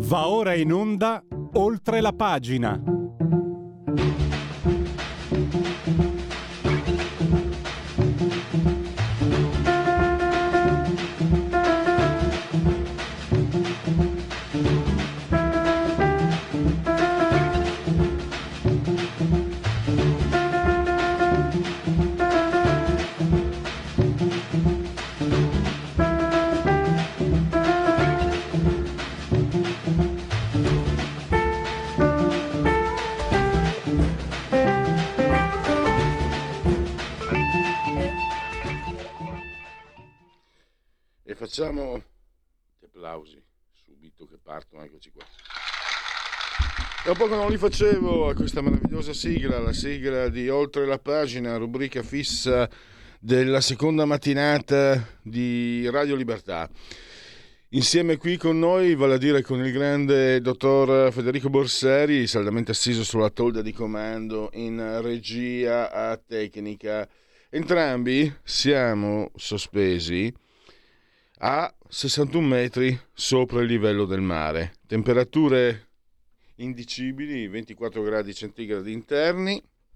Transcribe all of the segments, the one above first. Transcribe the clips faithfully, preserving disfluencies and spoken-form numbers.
Va ora in onda Oltre la pagina. Facciamo gli applausi subito che partono, eccoci qua. Da un po' che non li facevo a questa meravigliosa sigla, la sigla di Oltre la pagina, rubrica fissa della seconda mattinata di Radio Libertà. Insieme qui con noi, vale a dire con il grande dottor Federico Borsari, saldamente assiso sulla tolda di comando in regia a tecnica. Entrambi siamo sospesi a sessantuno metri sopra il livello del mare, temperature indicibili, ventiquattro gradi centigradi interni,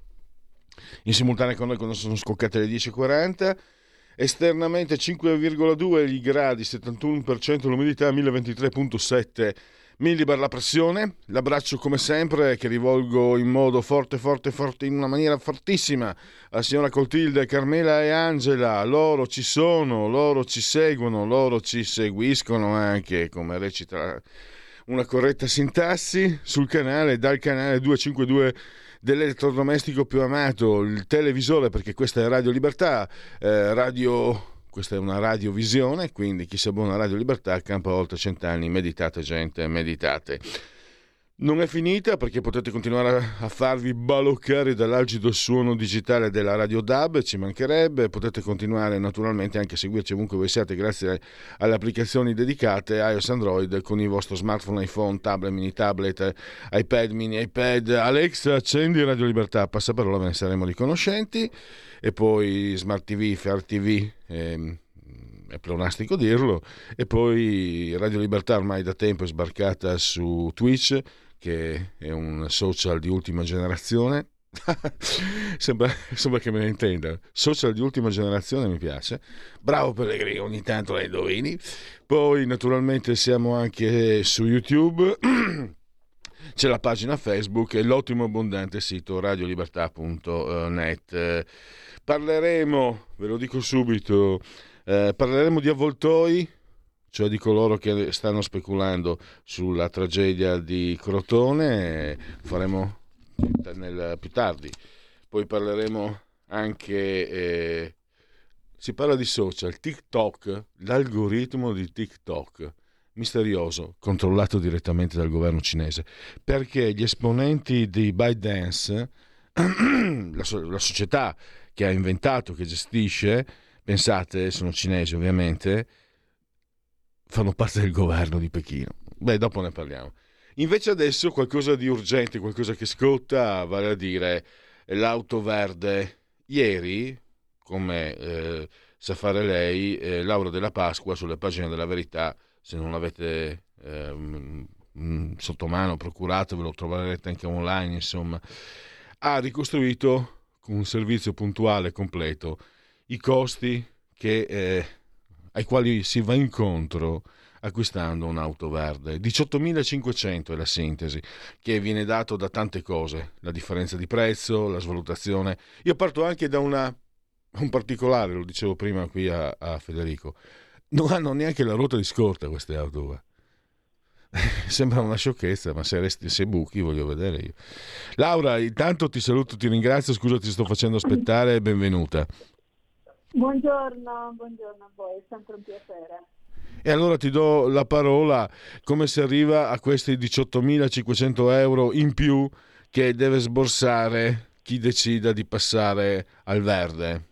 in simultanea con noi quando sono scoccate le dieci e quaranta, esternamente cinque virgola due gradi, settantuno per cento l'umidità, mille ventitré virgola sette millibar la pressione. L'abbraccio come sempre che rivolgo in modo forte forte forte, in una maniera fortissima, a signora Coltilde, Carmela e Angela. Loro ci sono, loro ci seguono, loro ci seguiscono anche, come recita una corretta sintassi, sul canale, dal canale duecentocinquantadue dell'elettrodomestico più amato, il televisore, perché questa è Radio Libertà, eh, radio... Questa è una radiovisione, quindi chi si abbona a Radio Libertà campa oltre cent'anni. Meditate, gente, meditate. Non è finita, perché potete continuare a farvi baloccare dall'algido suono digitale della Radio D A B, ci mancherebbe. Potete continuare naturalmente anche a seguirci ovunque voi siate grazie alle applicazioni dedicate iOS, Android, con il vostro smartphone, iPhone, tablet, mini tablet, iPad, mini iPad. Alexa, accendi Radio Libertà, passaparola, ve ne saremo riconoscenti. E poi Smart T V, Fire T V, ehm, è pleonastico dirlo. E poi Radio Libertà ormai da tempo è sbarcata su Twitch, che è un social di ultima generazione. sembra, sembra che me ne intenda. Social di ultima generazione, mi piace. Bravo Pellegrino, ogni tanto la indovini. Poi naturalmente siamo anche su YouTube. C'è la pagina Facebook e l'ottimo abbondante sito radiolibertà punto net. Parleremo, ve lo dico subito, eh, parleremo di avvoltoi, cioè di coloro che stanno speculando sulla tragedia di Crotone. Faremo nel, più tardi. Poi parleremo anche, eh, si parla di social, TikTok, l'algoritmo di TikTok, misterioso, controllato direttamente dal governo cinese, perché gli esponenti di ByteDance, la, so- la società che ha inventato, che gestisce, pensate, sono cinesi ovviamente, fanno parte del governo di Pechino. Beh, dopo ne parliamo. Invece adesso qualcosa di urgente, qualcosa che scotta, vale a dire l'auto verde. Ieri, come eh, sa fare lei, eh, Laura Della Pasqua sulle pagine della Verità, se non l'avete eh, sotto mano procuratevelo, lo troverete anche online, insomma, ha ricostruito con un servizio puntuale e completo i costi che, eh, ai quali si va incontro acquistando un'auto verde. diciottomilacinquecento è la sintesi, che viene dato da tante cose, la differenza di prezzo, la svalutazione. Io parto anche da una, un particolare, lo dicevo prima qui a, a Federico, non hanno neanche la ruota di scorta queste auto. Sembra una sciocchezza, ma se resti, se buchi voglio vedere io. Laura, intanto ti saluto, ti ringrazio, scusa ti sto facendo aspettare, benvenuta. Buongiorno, buongiorno a voi, è sempre un piacere. E allora ti do la parola, come si arriva a questi diciottomilacinquecento euro in più che deve sborsare chi decida di passare al verde?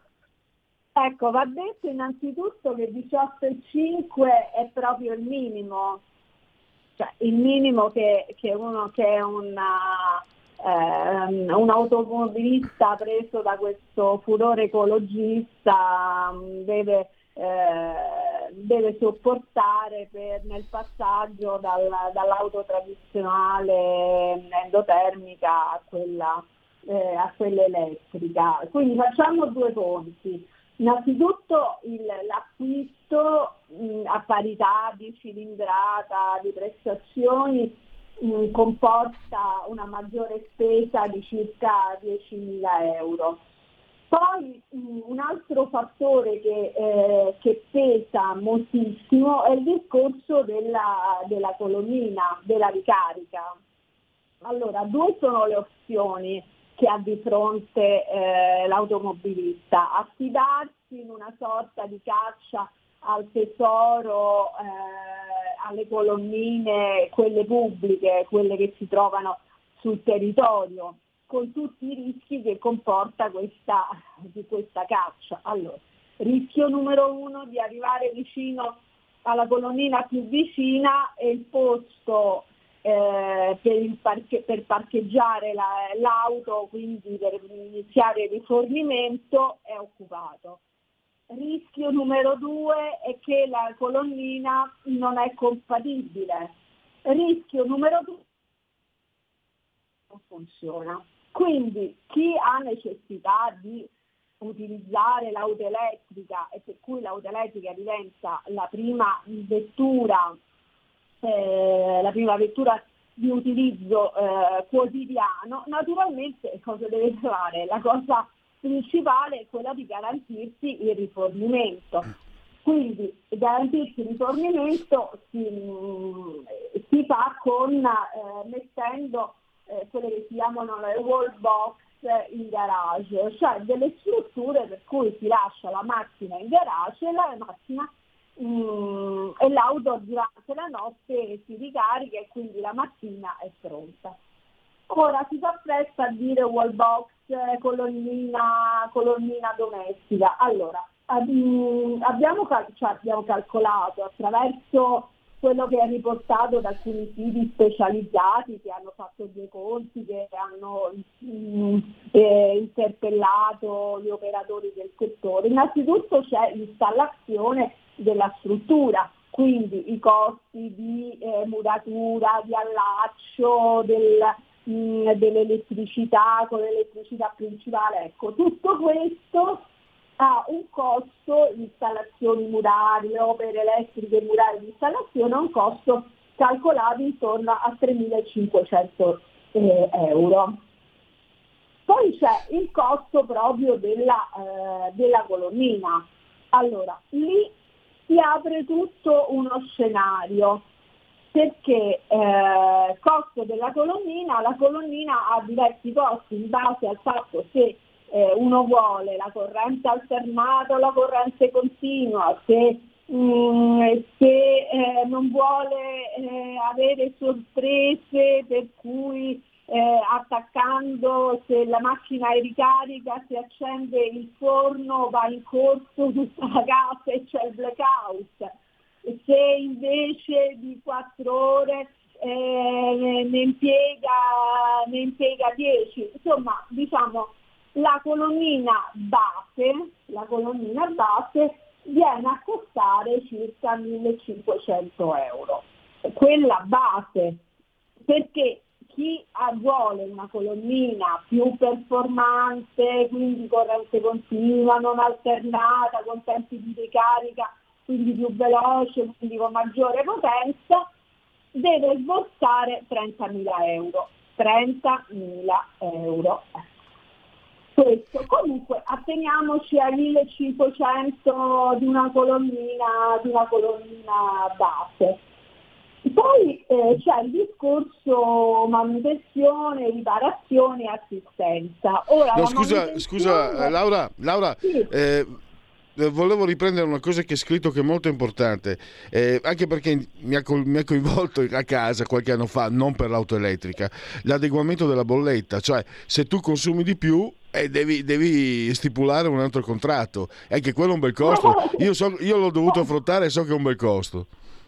Ecco, va detto innanzitutto che diciotto virgola cinque è proprio il minimo, cioè il minimo che, che uno che è una, eh, un automobilista preso da questo furore ecologista deve, eh, deve sopportare per, nel passaggio dal, dall'auto tradizionale endotermica a quella, eh, a quella elettrica. Quindi facciamo due conti. Innanzitutto il, l'acquisto mh, a parità di cilindrata, di prestazioni, mh, comporta una maggiore spesa di circa diecimila euro. Poi mh, un altro fattore che, eh, che pesa moltissimo è il discorso della, della colonnina, della ricarica. Allora, due sono le opzioni che ha di fronte eh, l'automobilista: affidarsi in una sorta di caccia al tesoro, eh, alle colonnine, quelle pubbliche, quelle che si trovano sul territorio, con tutti i rischi che comporta questa, di questa caccia. Allora, rischio numero uno di arrivare vicino alla colonnina più vicina e il posto eh, per, il parche, per parcheggiare la, l'auto, quindi per iniziare il rifornimento, è occupato. Rischio numero due è che la colonnina non è compatibile. Rischio numero due, non funziona. Quindi chi ha necessità di utilizzare l'auto elettrica e per cui l'auto elettrica diventa la prima vettura, eh, la prima vettura di utilizzo eh, quotidiano, naturalmente cosa deve fare? La cosa principale è quella di garantirsi il rifornimento. Quindi garantirsi il rifornimento si, si fa con eh, mettendo eh, quelle che si chiamano le wall box in garage, cioè delle strutture per cui si lascia la macchina in garage e la macchina mh, e l'auto durante la notte si ricarica e quindi la mattina è pronta. Ora si fa presto a dire wall box, colonnina, colonnina domestica. Allora, abbiamo, cal- cioè abbiamo calcolato attraverso quello che è riportato da alcuni siti specializzati che hanno fatto due conti, che hanno mh, eh, interpellato gli operatori del settore. Innanzitutto c'è l'installazione della struttura, quindi i costi di eh, muratura, di allaccio, del, mh, dell'elettricità con l'elettricità principale. Ecco, tutto questo ha un costo, installazioni murali, le opere elettriche murali di installazione, ha un costo calcolato intorno a tremilacinquecento eh, euro. Poi c'è il costo proprio della, eh, della colonnina. Allora, lì si apre tutto uno scenario, perché eh, costo della colonnina, la colonnina ha diversi costi in base al fatto se Eh, uno vuole la corrente alternata o la corrente continua, se, mh, se eh, non vuole eh, avere sorprese per cui eh, attaccando, se la macchina è ricarica, si accende il forno, va in corso tutta la casa e c'è il blackout. Se invece di quattro ore eh, ne impiega ne impiega dieci, insomma, diciamo, la colonnina base, la colonnina base viene a costare circa millecinquecento euro. Quella base, perché chi vuole una colonnina più performante, quindi corrente continua, non alternata, con tempi di ricarica, quindi più veloce, quindi con maggiore potenza, deve sborsare trentamila euro. trentamila euro. Questo. Comunque atteniamoci ai millecinquecento di una colonnina, di una colonnina base. Poi eh, c'è il discorso manutenzione, riparazione e assistenza. Ora, no, la scusa, manutenzione... scusa eh, Laura, Laura sì. eh, volevo riprendere una cosa che hai scritto che è molto importante, eh, anche perché mi ha, mi ha coinvolto a casa qualche anno fa, non per l'auto elettrica, l'adeguamento della bolletta, cioè se tu consumi di più eh, devi, devi stipulare un altro contratto, e anche quello è un bel costo. Io, so, io l'ho dovuto affrontare e so che è un bel costo.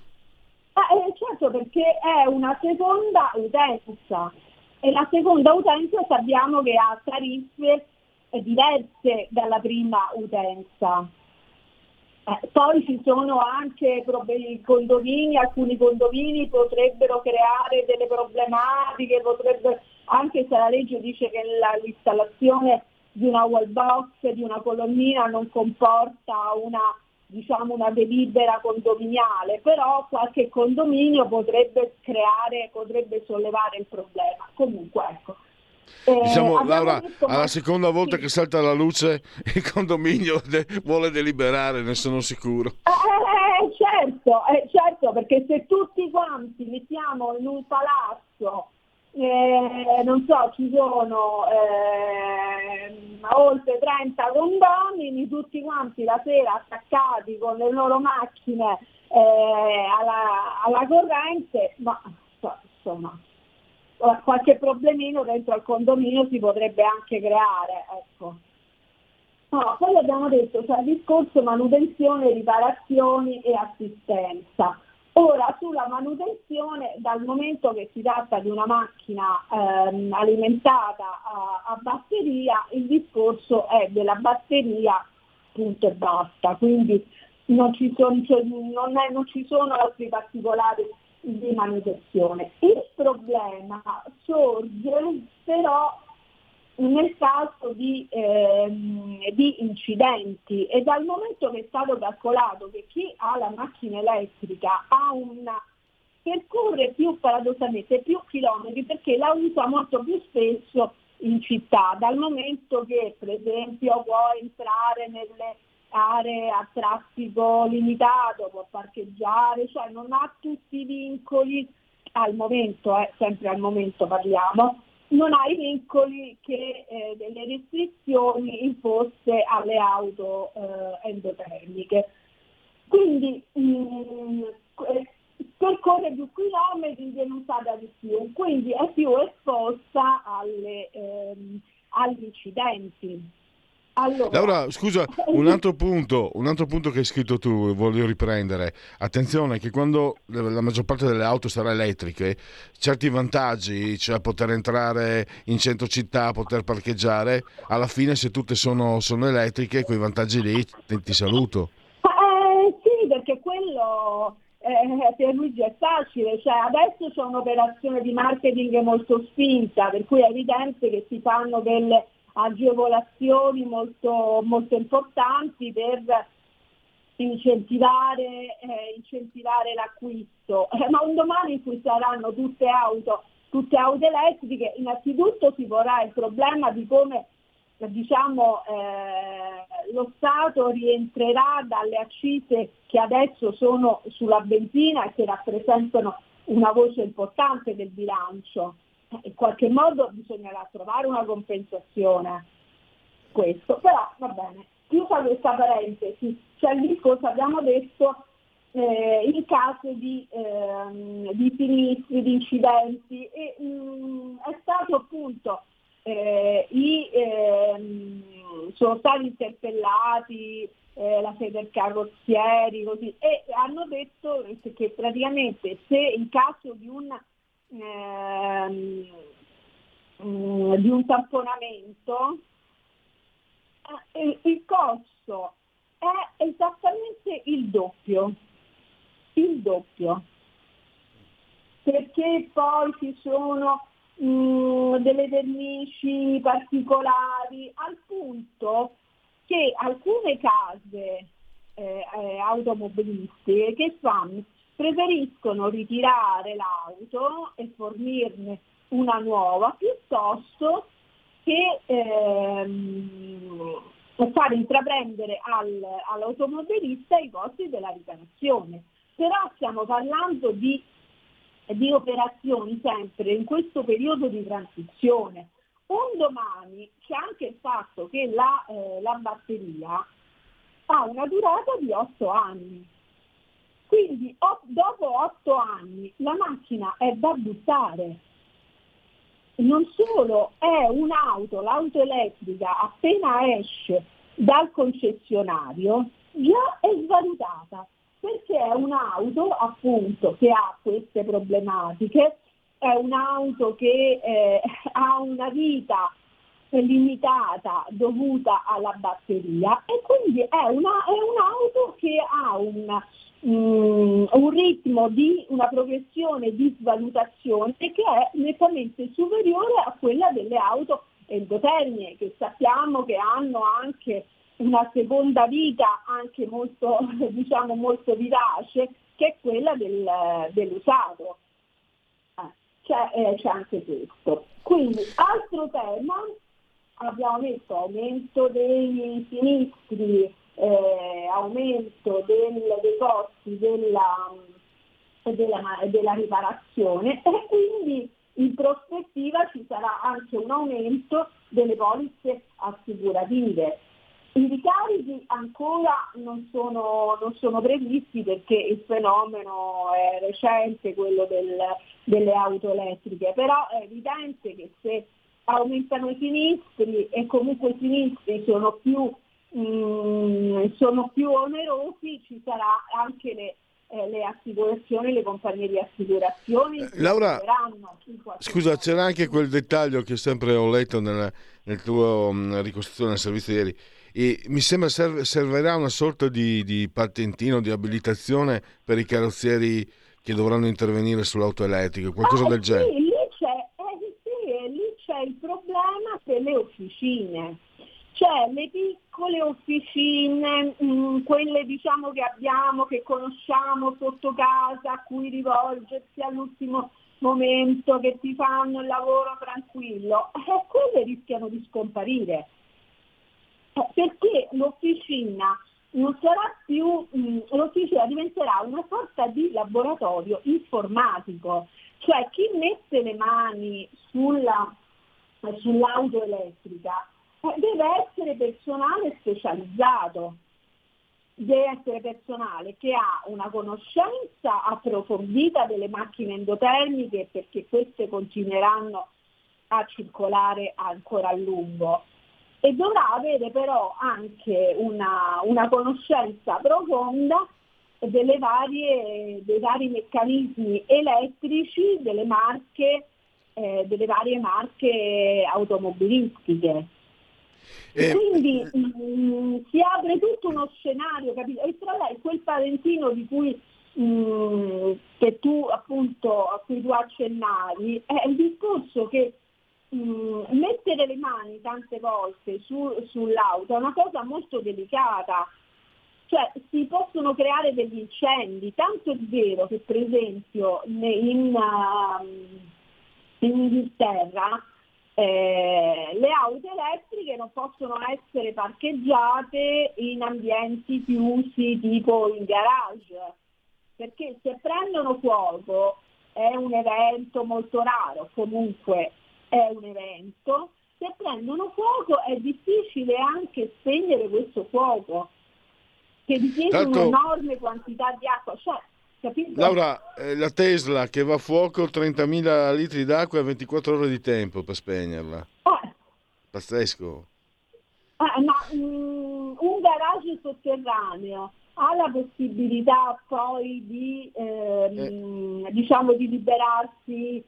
Eh, certo, perché è una seconda utenza e la seconda utenza sappiamo che ha tariffe diverse dalla prima utenza. Eh, poi ci sono anche problemi, condomini, alcuni condomini potrebbero creare delle problematiche, potrebbe, anche se la legge dice che la, l'installazione di una wall box, di una colonnina non comporta una, diciamo, una delibera condominiale, però qualche condominio potrebbe creare, potrebbe sollevare il problema. Comunque ecco. Eh, Diciamo, Laura, detto, alla ma... seconda volta sì. che salta la luce il condominio de- vuole deliberare, ne sono sicuro. Eh, certo, eh, certo, perché se tutti quanti mettiamo in un palazzo, eh, non so, ci sono eh, oltre trenta condomini, tutti quanti la sera attaccati con le loro macchine eh, alla, alla corrente, ma insomma qualche problemino dentro al condominio si potrebbe anche creare, ecco. No, poi abbiamo detto, cioè, il discorso manutenzione, riparazioni e assistenza. Ora, sulla manutenzione, dal momento che si tratta di una macchina ehm, alimentata a, a batteria, il discorso è della batteria, punto e basta. Quindi non ci sono, cioè, non è, non ci sono altri particolari di manutenzione. Il problema sorge però nel caso di, ehm, di incidenti, e dal momento che è stato calcolato che chi ha la macchina elettrica ha una, percorre più paradossalmente più chilometri perché la usa molto più spesso in città, dal momento che per esempio può entrare nelle aree a traffico limitato, può parcheggiare, cioè non ha tutti i vincoli al momento, eh, sempre al momento parliamo, non ha i vincoli che eh, delle restrizioni imposte alle auto eh, endotermiche. Quindi mh, percorre più chilometri, viene usata di più, quindi è più esposta alle, ehm, agli incidenti. Allora, Laura, scusa, un altro punto, un altro punto che hai scritto tu, voglio riprendere. Attenzione che quando la maggior parte delle auto sarà elettriche, certi vantaggi, cioè poter entrare in centro città, poter parcheggiare, alla fine se tutte sono, sono elettriche, quei vantaggi lì ti, ti saluto. Eh, sì, perché quello eh, per Luigi è facile, cioè adesso c'è un'operazione di marketing molto spinta, per cui è evidente che si fanno delle agevolazioni molto, molto importanti per incentivare, eh, incentivare l'acquisto. Eh, ma un domani in cui saranno tutte auto, tutte auto elettriche, innanzitutto si porrà il problema di come diciamo eh, lo Stato rientrerà dalle accise che adesso sono sulla benzina e che rappresentano una voce importante del bilancio. In qualche modo bisognerà trovare una compensazione, questo, però va bene, chiusa questa parentesi, c'è il discorso, abbiamo detto, eh, in caso di, ehm, di sinistri, di incidenti, e mh, è stato appunto, eh, i, ehm, sono stati interpellati eh, la Federcarrozzieri, così, e hanno detto che praticamente se in caso di un Ehm, mh, di un tamponamento eh, il costo è esattamente il doppio, il doppio, perché poi ci sono mh, delle vernici particolari, al punto che alcune case eh, eh, automobilistiche che fanno? Preferiscono ritirare l'auto e fornirne una nuova piuttosto che ehm, far intraprendere al, all'automobilista i costi della riparazione. Però stiamo parlando di, di operazioni sempre in questo periodo di transizione. Un domani c'è anche il fatto che la, eh, la batteria ha una durata di otto anni. Quindi o, dopo otto anni la macchina è da buttare. Non solo, è un'auto, l'auto elettrica appena esce dal concessionario già è svalutata, perché è un'auto appunto che ha queste problematiche, è un'auto che eh, ha una vita limitata dovuta alla batteria e quindi è, una, è un'auto che un, um, un ritmo di una progressione di svalutazione che è nettamente superiore a quella delle auto endotermiche, che sappiamo che hanno anche una seconda vita anche molto, diciamo, molto vivace, che è quella del, dell'usato. Eh, c'è, eh, c'è anche questo. Quindi, altro tema, abbiamo detto aumento dei sinistri, eh, aumento del, dei costi della, della, della riparazione, e quindi in prospettiva ci sarà anche un aumento delle polizze assicurative. I ricarichi ancora non sono, non sono previsti perché il fenomeno è recente, quello del, delle auto elettriche, però è evidente che se aumentano i sinistri e comunque i sinistri sono più, mh, sono più onerosi, ci sarà anche le, eh, le assicurazioni, le compagnie di assicurazioni. Eh, Laura, scusa, modo. c'era anche quel dettaglio che sempre ho letto nella, nel tuo mh, ricostruzione del servizio ieri. E mi sembra serve, servirà una sorta di, di patentino, di abilitazione per i carrozzieri che dovranno intervenire sull'auto elettrica, qualcosa ah, del sì, genere. lì c'è, eh, sì, lì c'è il problema per le officine. Cioè le piccole officine, mh, quelle diciamo che abbiamo, che conosciamo sotto casa, a cui rivolgersi all'ultimo momento, che ti fanno il lavoro tranquillo, eh, quelle rischiano di scomparire. Eh, perché l'officina non sarà più, mh, l'officina diventerà una sorta di laboratorio informatico, cioè chi mette le mani sulla, sull'auto elettrica eh, deve essere personale specializzato, deve essere personale che ha una conoscenza approfondita delle macchine endotermiche, perché queste continueranno a circolare ancora a lungo. E dovrà avere però anche una, una conoscenza profonda delle varie, dei vari meccanismi elettrici delle marche, eh, delle varie marche automobilistiche. Eh, Quindi mh, si apre tutto uno scenario, capito? E tra l'altro quel patentino di cui mh, che tu appunto a cui tu accennavi è il discorso che Mm, mettere le mani tante volte su, sull'auto è una cosa molto delicata, cioè si possono creare degli incendi, tanto è vero che per esempio in, uh, in Inghilterra eh, le auto elettriche non possono essere parcheggiate in ambienti chiusi tipo in garage, perché se prendono fuoco è un evento molto raro, comunque è un evento, se prendono fuoco è difficile anche spegnere questo fuoco, che richiede un'enorme quantità di acqua, cioè, capito? Laura, eh, la Tesla che va a fuoco, trentamila litri d'acqua e ventiquattro ore di tempo per spegnerla. Eh, Pazzesco. eh, ma mm, un garage sotterraneo ha la possibilità poi di, ehm, eh. diciamo, di liberarsi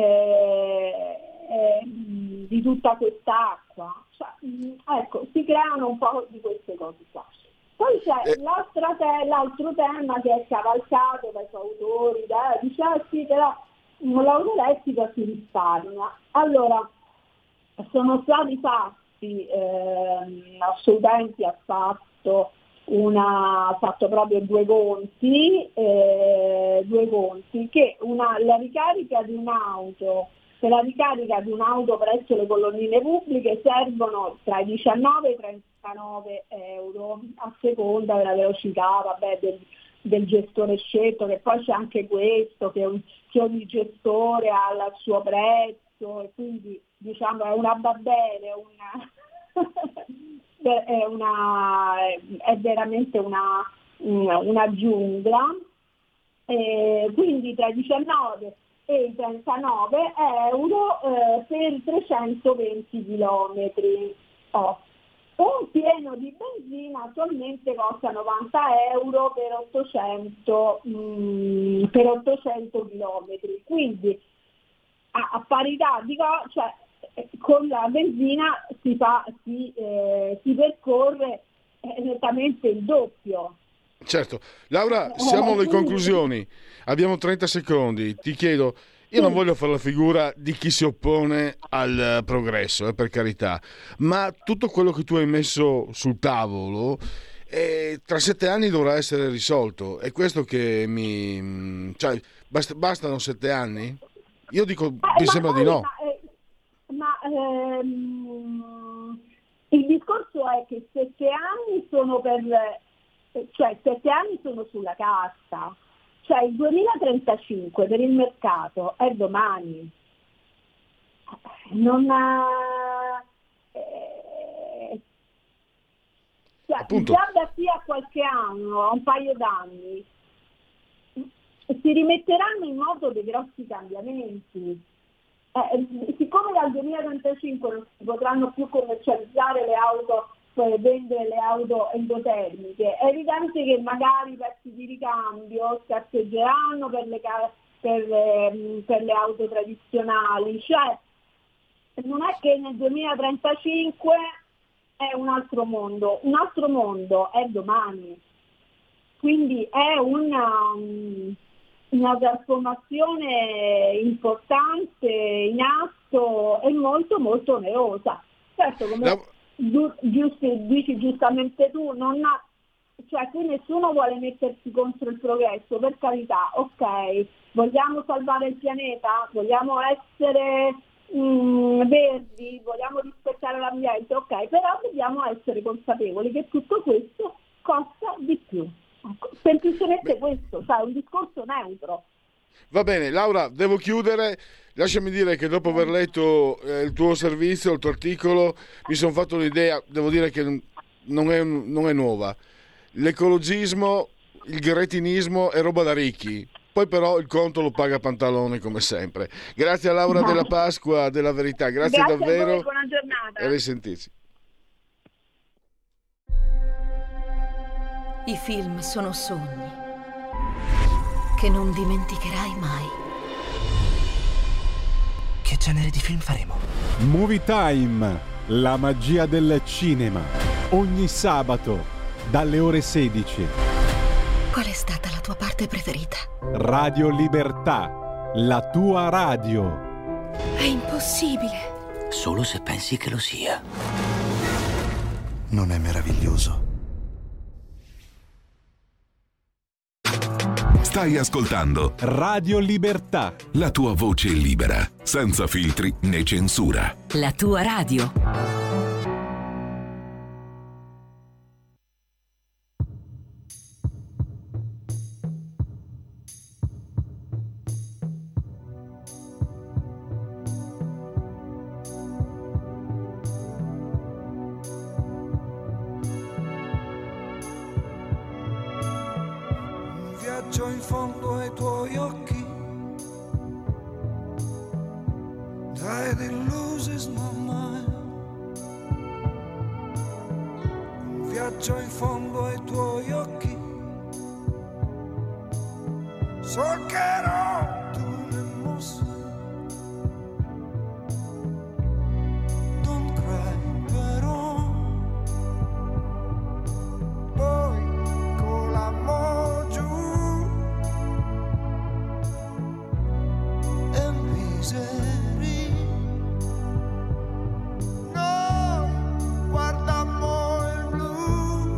eh, eh, di tutta quest'acqua, cioè, mh, ecco, si creano un po' di queste cose qua. Poi c'è Eh. l'altra te- l'altro tema che è cavalcato dai suoi autori, da, dice ah, sì, però l'auto elettrica si risparmia. Allora, sono stati fatti, ehm, assolutamente ha fatto una ha fatto proprio due conti, eh, due conti che una, la ricarica di un'auto, per la ricarica di un'auto presso le colonnine pubbliche servono tra i diciannove e i trentanove euro a seconda della velocità, vabbè, del, del gestore scelto, che poi c'è anche questo, che, un, che ogni gestore ha il suo prezzo e quindi diciamo è una va bene, una è, una, è veramente una, una giungla, eh, quindi tra i diciannove e i trentanove euro eh, per trecentoventi chilometri. Oh. Un pieno di benzina attualmente costa novanta euro per ottocento, mh, per ottocento chilometri, quindi a, a parità di co- cioè con la benzina si, fa, si, eh, si percorre nettamente il doppio. Certo. Laura, siamo alle conclusioni. Abbiamo trenta secondi. Ti chiedo, io non voglio fare la figura di chi si oppone al progresso, eh, per carità, ma tutto quello che tu hai messo sul tavolo eh, tra sette anni dovrà essere risolto. È questo che mi... cioè, bast- bastano sette anni? Io dico, Eh, mi ma sembra di poi, no. Ma, eh, ma, ehm, il discorso è che sette anni sono per, cioè sette anni sono sulla carta, cioè il duemilatrentacinque per il mercato è domani. Non ha, eh, cioè, Appunto. già da qui a qualche anno, a un paio d'anni, si rimetteranno in moto dei grossi cambiamenti. Eh, siccome dal duemilatrentacinque non si potranno più commercializzare le auto, cioè vendere le auto endotermiche, è evidente che magari i pezzi di ricambio scarseggeranno per le, per le, per le auto tradizionali, cioè non è che nel duemilatrentacinque è un altro mondo, un altro mondo è domani, quindi è una... una trasformazione importante in atto e molto molto onerosa. Certo, come La... giu- giusti, dici giustamente tu, non ha, cioè qui nessuno vuole mettersi contro il progresso, per carità, ok, vogliamo salvare il pianeta, vogliamo essere mh, verdi, vogliamo rispettare l'ambiente, ok, però dobbiamo essere consapevoli che tutto questo costa di più. Semplicemente questo, sai, un discorso neutro. Va bene, Laura, devo chiudere. Lasciami dire che dopo aver letto eh, il tuo servizio, il tuo articolo, mi sono fatto un'idea, devo dire che non è, non è nuova. L'ecologismo, il gretinismo è roba da ricchi. Poi però il conto lo paga Pantalone come sempre. Grazie a Laura della Pasqua della Verità, grazie, Grazie davvero. a voi, buona giornata. E risentirci. I film sono sogni che non dimenticherai mai. Che genere di film faremo? Movie Time, la magia del cinema. Ogni sabato, dalle ore sedici. Qual è stata la tua parte preferita? Radio Libertà, la tua radio. È impossibile. Solo se pensi che lo sia. Non è meraviglioso? Stai ascoltando Radio Libertà. la tua voce libera, senza filtri né censura. La tua radio. Viaggio in fondo ai tuoi occhi, try to lose is my mind. Un viaggio in fondo ai tuoi occhi, so che no, tu ne mosse. Don't cry però, poi con l'amore giù e miseria. Noi guardammo il blu.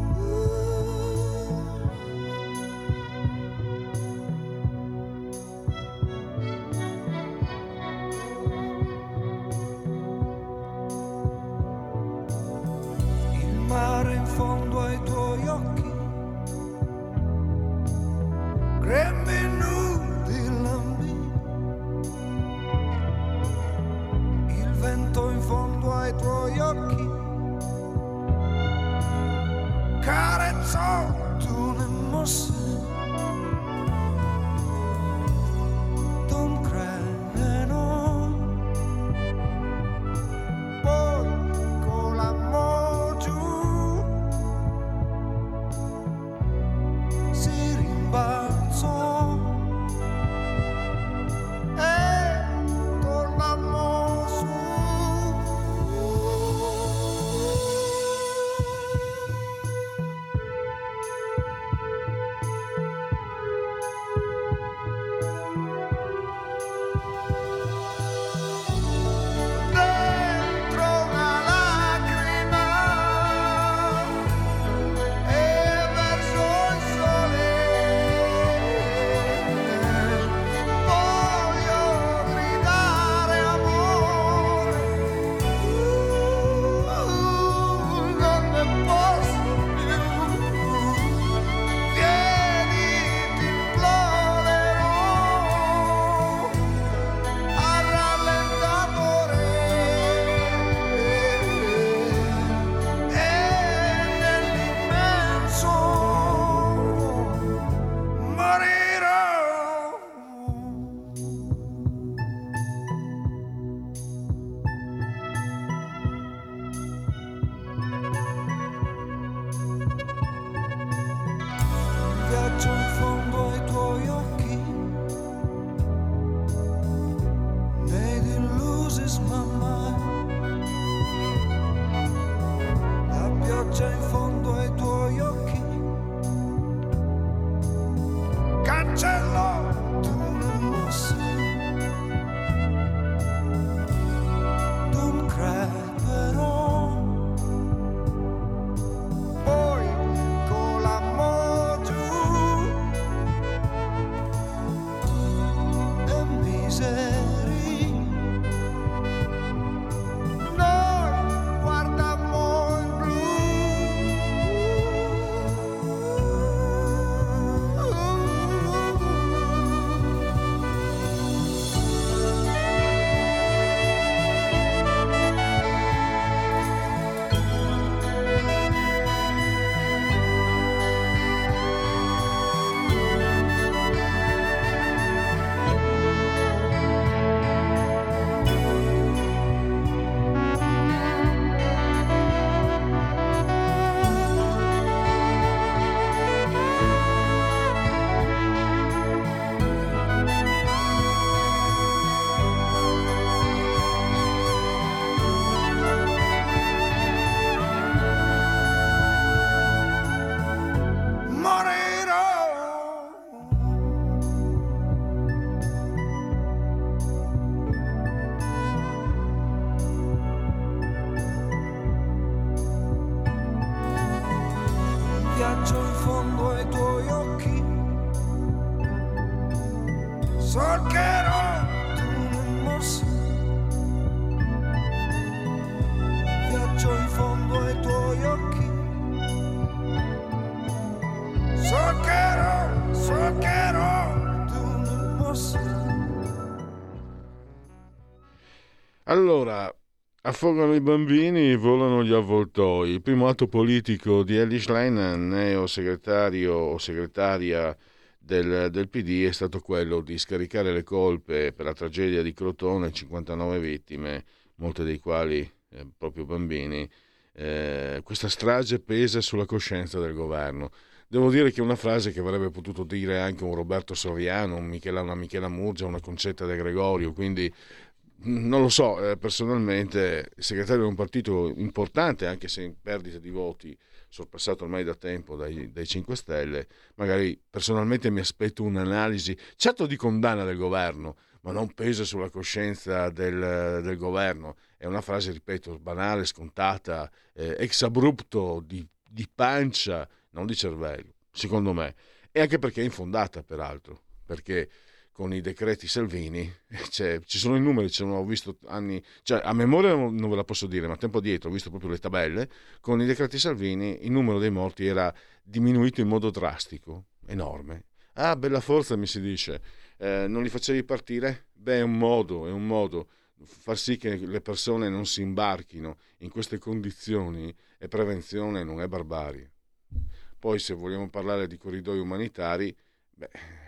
Il mare in fondo ai tuoi occhi, grembi nudi lambi. Il vento in fondo ai tuoi occhi, carezzò tu ne mosse. Don't cry no, poi con l'amore giù si rimbalzò e tornammo su. viaggio in fondo ai tuoi occhi, solcherò tu non mossi, viaggio in fondo ai tuoi occhi, solcherò, solcherò tu non mossi. Allora, affogano i bambini, volano gli avvoltoi. Il primo atto politico di Elly Schlein, neo segretario o segretaria del, del P D, è stato quello di scaricare le colpe per la tragedia di Crotone, cinquantanove vittime, molte dei quali eh, proprio bambini. Eh, questa strage pesa sulla coscienza del governo. Devo dire che è una frase che avrebbe potuto dire anche un Roberto Soriano, un Michela, una Michela Murgia, una Concetta De Gregorio, quindi non lo so, eh, personalmente il segretario di un partito importante, anche se in perdita di voti, sorpassato ormai da tempo dai, dai cinque Stelle, magari personalmente mi aspetto un'analisi, certo di condanna del governo, ma non pesa sulla coscienza del, del governo. È una frase, ripeto, banale, scontata, eh, ex abrupto, di, di pancia, non di cervello, secondo me. E anche perché è infondata, peraltro, perché con i decreti Salvini, cioè, ci sono i numeri, ci sono, ho visto anni, cioè a memoria non, non ve la posso dire, ma tempo dietro ho visto proprio le tabelle, con i decreti Salvini il numero dei morti era diminuito in modo drastico, enorme. Ah, bella forza, mi si dice, eh, non li facevi partire? Beh, è un modo, è un modo, far sì che le persone non si imbarchino in queste condizioni, e prevenzione non è barbarie. Poi se vogliamo parlare di corridoi umanitari, beh,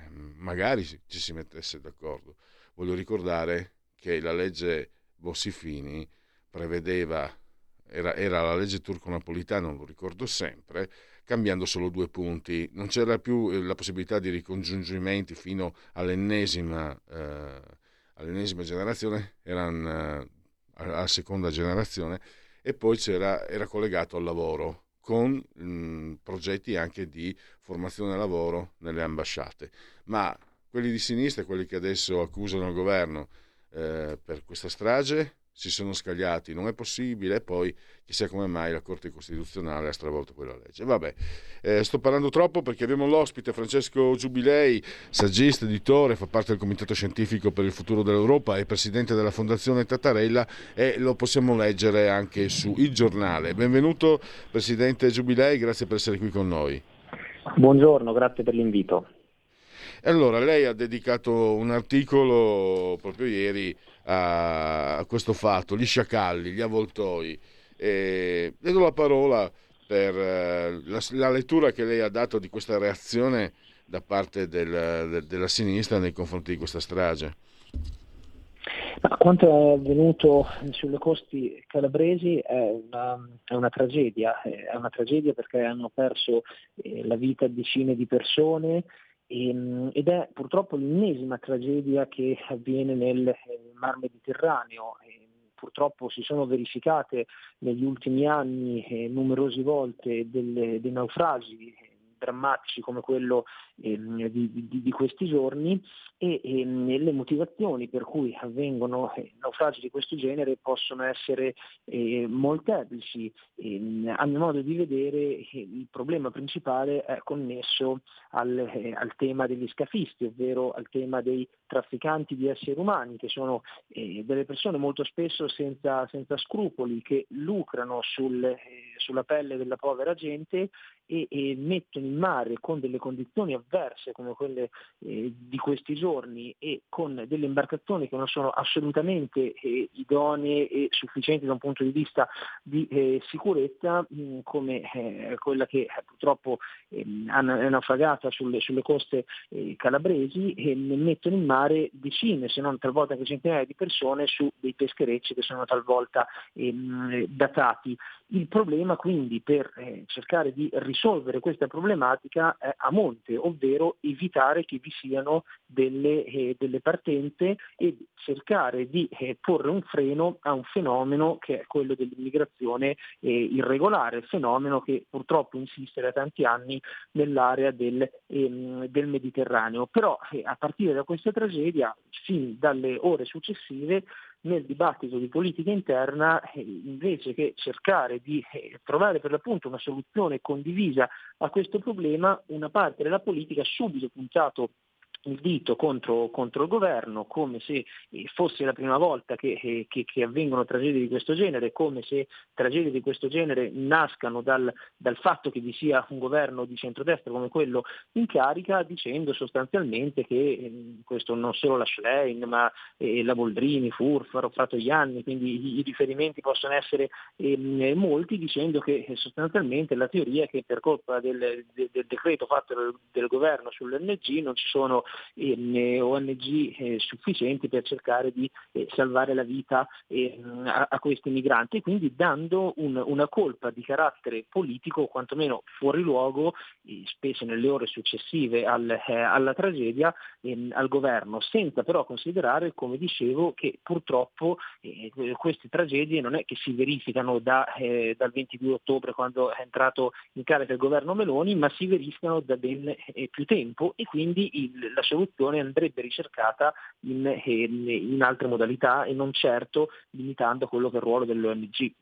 magari ci si mettesse d'accordo. Voglio ricordare che la legge Bossi-Fini prevedeva, era, era la legge turco-napolitana, lo ricordo sempre, cambiando solo due punti. Non c'era più la possibilità di ricongiungimenti fino all'ennesima, eh, all'ennesima generazione, erano eh, alla seconda generazione, e poi c'era, era collegato al lavoro, con mh, progetti anche di formazione al lavoro nelle ambasciate. Ma quelli di sinistra, quelli che adesso accusano il governo eh, per questa strage, si sono scagliati, non è possibile, e poi chissà come mai la Corte Costituzionale ha stravolto quella legge. Vabbè, eh, sto parlando troppo perché abbiamo l'ospite Francesco Giubilei, saggista, editore, fa parte del Comitato Scientifico per il Futuro dell'Europa e presidente della Fondazione Tattarella, e lo possiamo leggere anche su Il Giornale. Benvenuto Presidente Giubilei, grazie per essere qui con noi. Buongiorno, grazie per l'invito. Allora, lei ha dedicato un articolo proprio ieri a questo fatto, gli sciacalli, gli avvoltoi. E le do la parola per la, la lettura che lei ha dato di questa reazione da parte del, de, della sinistra nei confronti di questa strage. Ma quanto è avvenuto sulle coste calabresi è una, è una tragedia, è una tragedia perché hanno perso eh, la vita decine di persone, ed è purtroppo l'ennesima tragedia che avviene nel Mar Mediterraneo. Purtroppo si sono verificate negli ultimi anni eh, numerose volte delle, dei naufragi drammatici come quello eh, di, di, di questi giorni, e eh, le motivazioni per cui avvengono eh, naufragi di questo genere possono essere eh, molteplici. Eh, a mio modo di vedere eh, il problema principale è connesso al, eh, al tema degli scafisti, ovvero al tema dei trafficanti di esseri umani, che sono eh, delle persone molto spesso senza, senza scrupoli, che lucrano sul, eh, sulla pelle della povera gente e, e mettono in mare con delle condizioni avverse come quelle eh, di questi giorni, e con delle imbarcazioni che non sono assolutamente eh, idonee e sufficienti da un punto di vista di eh, sicurezza, mh, come eh, quella che eh, purtroppo eh, è naufragata sulle, sulle coste eh, calabresi, e mettono in mare decine, se non talvolta anche centinaia di persone su dei pescherecci che sono talvolta ehm, datati. Il problema quindi per eh, cercare di risolvere questa problematica è a monte, ovvero evitare che vi siano delle, eh, delle partenze e cercare di eh, porre un freno a un fenomeno che è quello dell'immigrazione eh, irregolare, fenomeno che purtroppo insiste da tanti anni nell'area del, ehm, del Mediterraneo. Però eh, a partire da questa tragedia, fin dalle ore successive, nel dibattito di politica interna, eh, invece che cercare di eh, trovare per l'appunto una soluzione condivisa a questo problema, una parte della politica ha subito puntato il dito contro, contro il governo, come se eh, fosse la prima volta che, eh, che, che avvengono tragedie di questo genere, come se tragedie di questo genere nascano dal, dal fatto che vi sia un governo di centrodestra come quello in carica, dicendo sostanzialmente che eh, questo non solo la Schlein, ma eh, la Boldrini, Furfaro, Fratoianni, quindi i, i riferimenti possono essere eh, molti, dicendo che eh, sostanzialmente la teoria è che per colpa del, del, del decreto fatto del, del governo sull'O N G non ci sono E, O N G eh, sufficienti per cercare di eh, salvare la vita eh, a, a questi migranti, quindi dando un, una colpa di carattere politico, quantomeno fuori luogo, eh, specie nelle ore successive al, eh, alla tragedia, eh, al governo, senza però considerare, come dicevo, che purtroppo eh, queste tragedie non è che si verificano da, eh, dal ventidue ottobre, quando è entrato in carica il governo Meloni, ma si verificano da ben eh, più tempo, e quindi il, la soluzione andrebbe ricercata in, in, in altre modalità e non certo limitando quello che è il ruolo dell'O N G.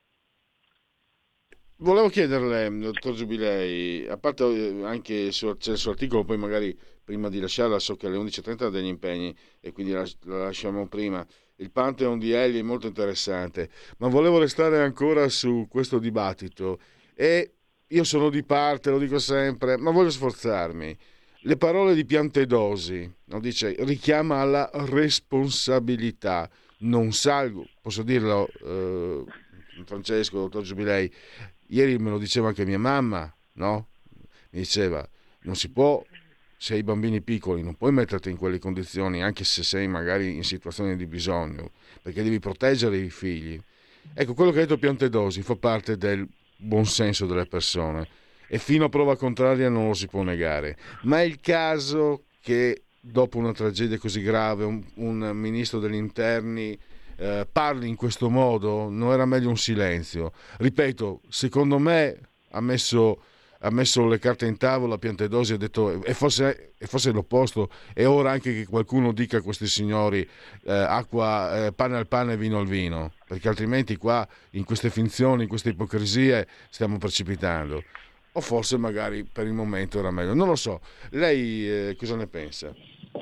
Volevo chiederle, dottor Giubilei, a parte anche il suo, c'è il suo articolo, poi magari prima di lasciarla, so che alle undici e trenta ha degli impegni e quindi la, la lasciamo prima. Il Pantheon di Ellie è molto interessante, ma volevo restare ancora su questo dibattito, e io sono di parte, lo dico sempre, ma voglio sforzarmi. Le parole di Piantedosi, no? Dice, richiama alla responsabilità. Non salgo, posso dirlo, eh, Francesco, dottor Giubilei, ieri me lo diceva anche mia mamma, no? Mi diceva, non si può, se hai bambini piccoli, non puoi metterti in quelle condizioni, anche se sei magari in situazioni di bisogno, perché devi proteggere i figli. Ecco, quello che ha detto Piantedosi fa parte del buonsenso delle persone, e fino a prova contraria non lo si può negare. Ma è il caso che dopo una tragedia così grave un, un ministro degli interni eh, parli in questo modo? Non era meglio un silenzio? Ripeto, secondo me ha messo, ha messo le carte in tavola Piantedosi, ha detto, e forse, e forse l'opposto, è ora anche che qualcuno dica a questi signori eh, acqua, eh, pane al pane, vino al vino, perché altrimenti qua in queste finzioni, in queste ipocrisie stiamo precipitando. O forse magari per il momento era meglio, non lo so. Lei eh, cosa ne pensa?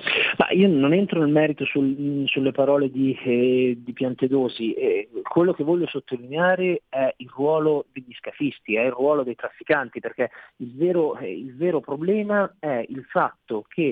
Ma io non entro nel merito sul, sulle parole di, eh, di Piantedosi. Eh, quello che voglio sottolineare è il ruolo degli scafisti, è il ruolo dei trafficanti, perché il vero, eh, il vero problema è il fatto che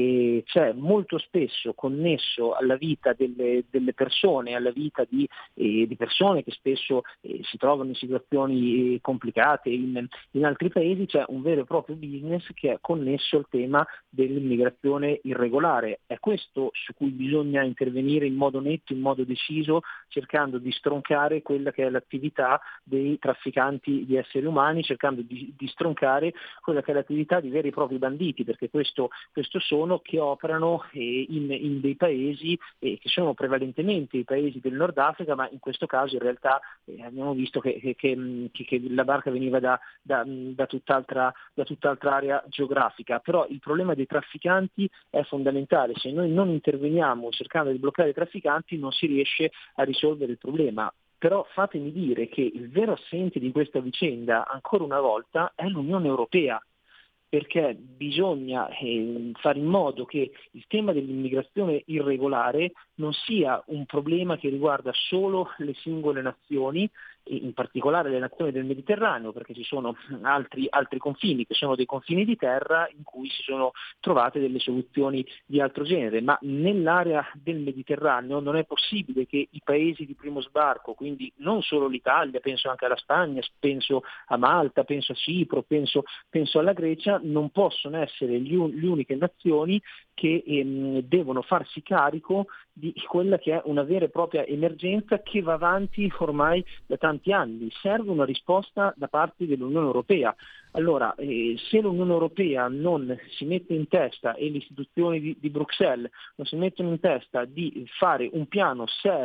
e c'è molto spesso connesso alla vita delle, delle persone, alla vita di, eh, di persone che spesso eh, si trovano in situazioni eh, complicate in, in altri paesi. C'è un vero e proprio business che è connesso al tema dell'immigrazione irregolare. È questo su cui bisogna intervenire in modo netto, in modo deciso, cercando di stroncare quella che è l'attività dei trafficanti di esseri umani, cercando di, di stroncare quella che è l'attività di veri e propri banditi, perché questo, questo sono che operano eh, in, in dei paesi eh, che sono prevalentemente i paesi del Nord Africa, ma in questo caso in realtà eh, abbiamo visto che, che, che, che la barca veniva da, da, da, tutt'altra, da tutt'altra area geografica. Però il problema dei trafficanti è fondamentale. Se noi non interveniamo cercando di bloccare i trafficanti non si riesce a risolvere il problema. Però fatemi dire che il vero assente di questa vicenda, ancora una volta, è l'Unione Europea, perché bisogna eh, fare in modo che il tema dell'immigrazione irregolare non sia un problema che riguarda solo le singole nazioni, in particolare le nazioni del Mediterraneo, perché ci sono altri, altri confini che sono dei confini di terra in cui si sono trovate delle soluzioni di altro genere, ma nell'area del Mediterraneo non è possibile che i paesi di primo sbarco, quindi non solo l'Italia, penso anche alla Spagna, penso a Malta, penso a Cipro, penso, penso alla Grecia, non possono essere gli un, le uniche nazioni che ehm, devono farsi carico di quella che è una vera e propria emergenza che va avanti ormai da tanti anni. Serve una risposta da parte dell'Unione Europea. Allora, eh, se l'Unione Europea non si mette in testa, e le istituzioni di, di Bruxelles non si mettono in testa di fare un piano serio,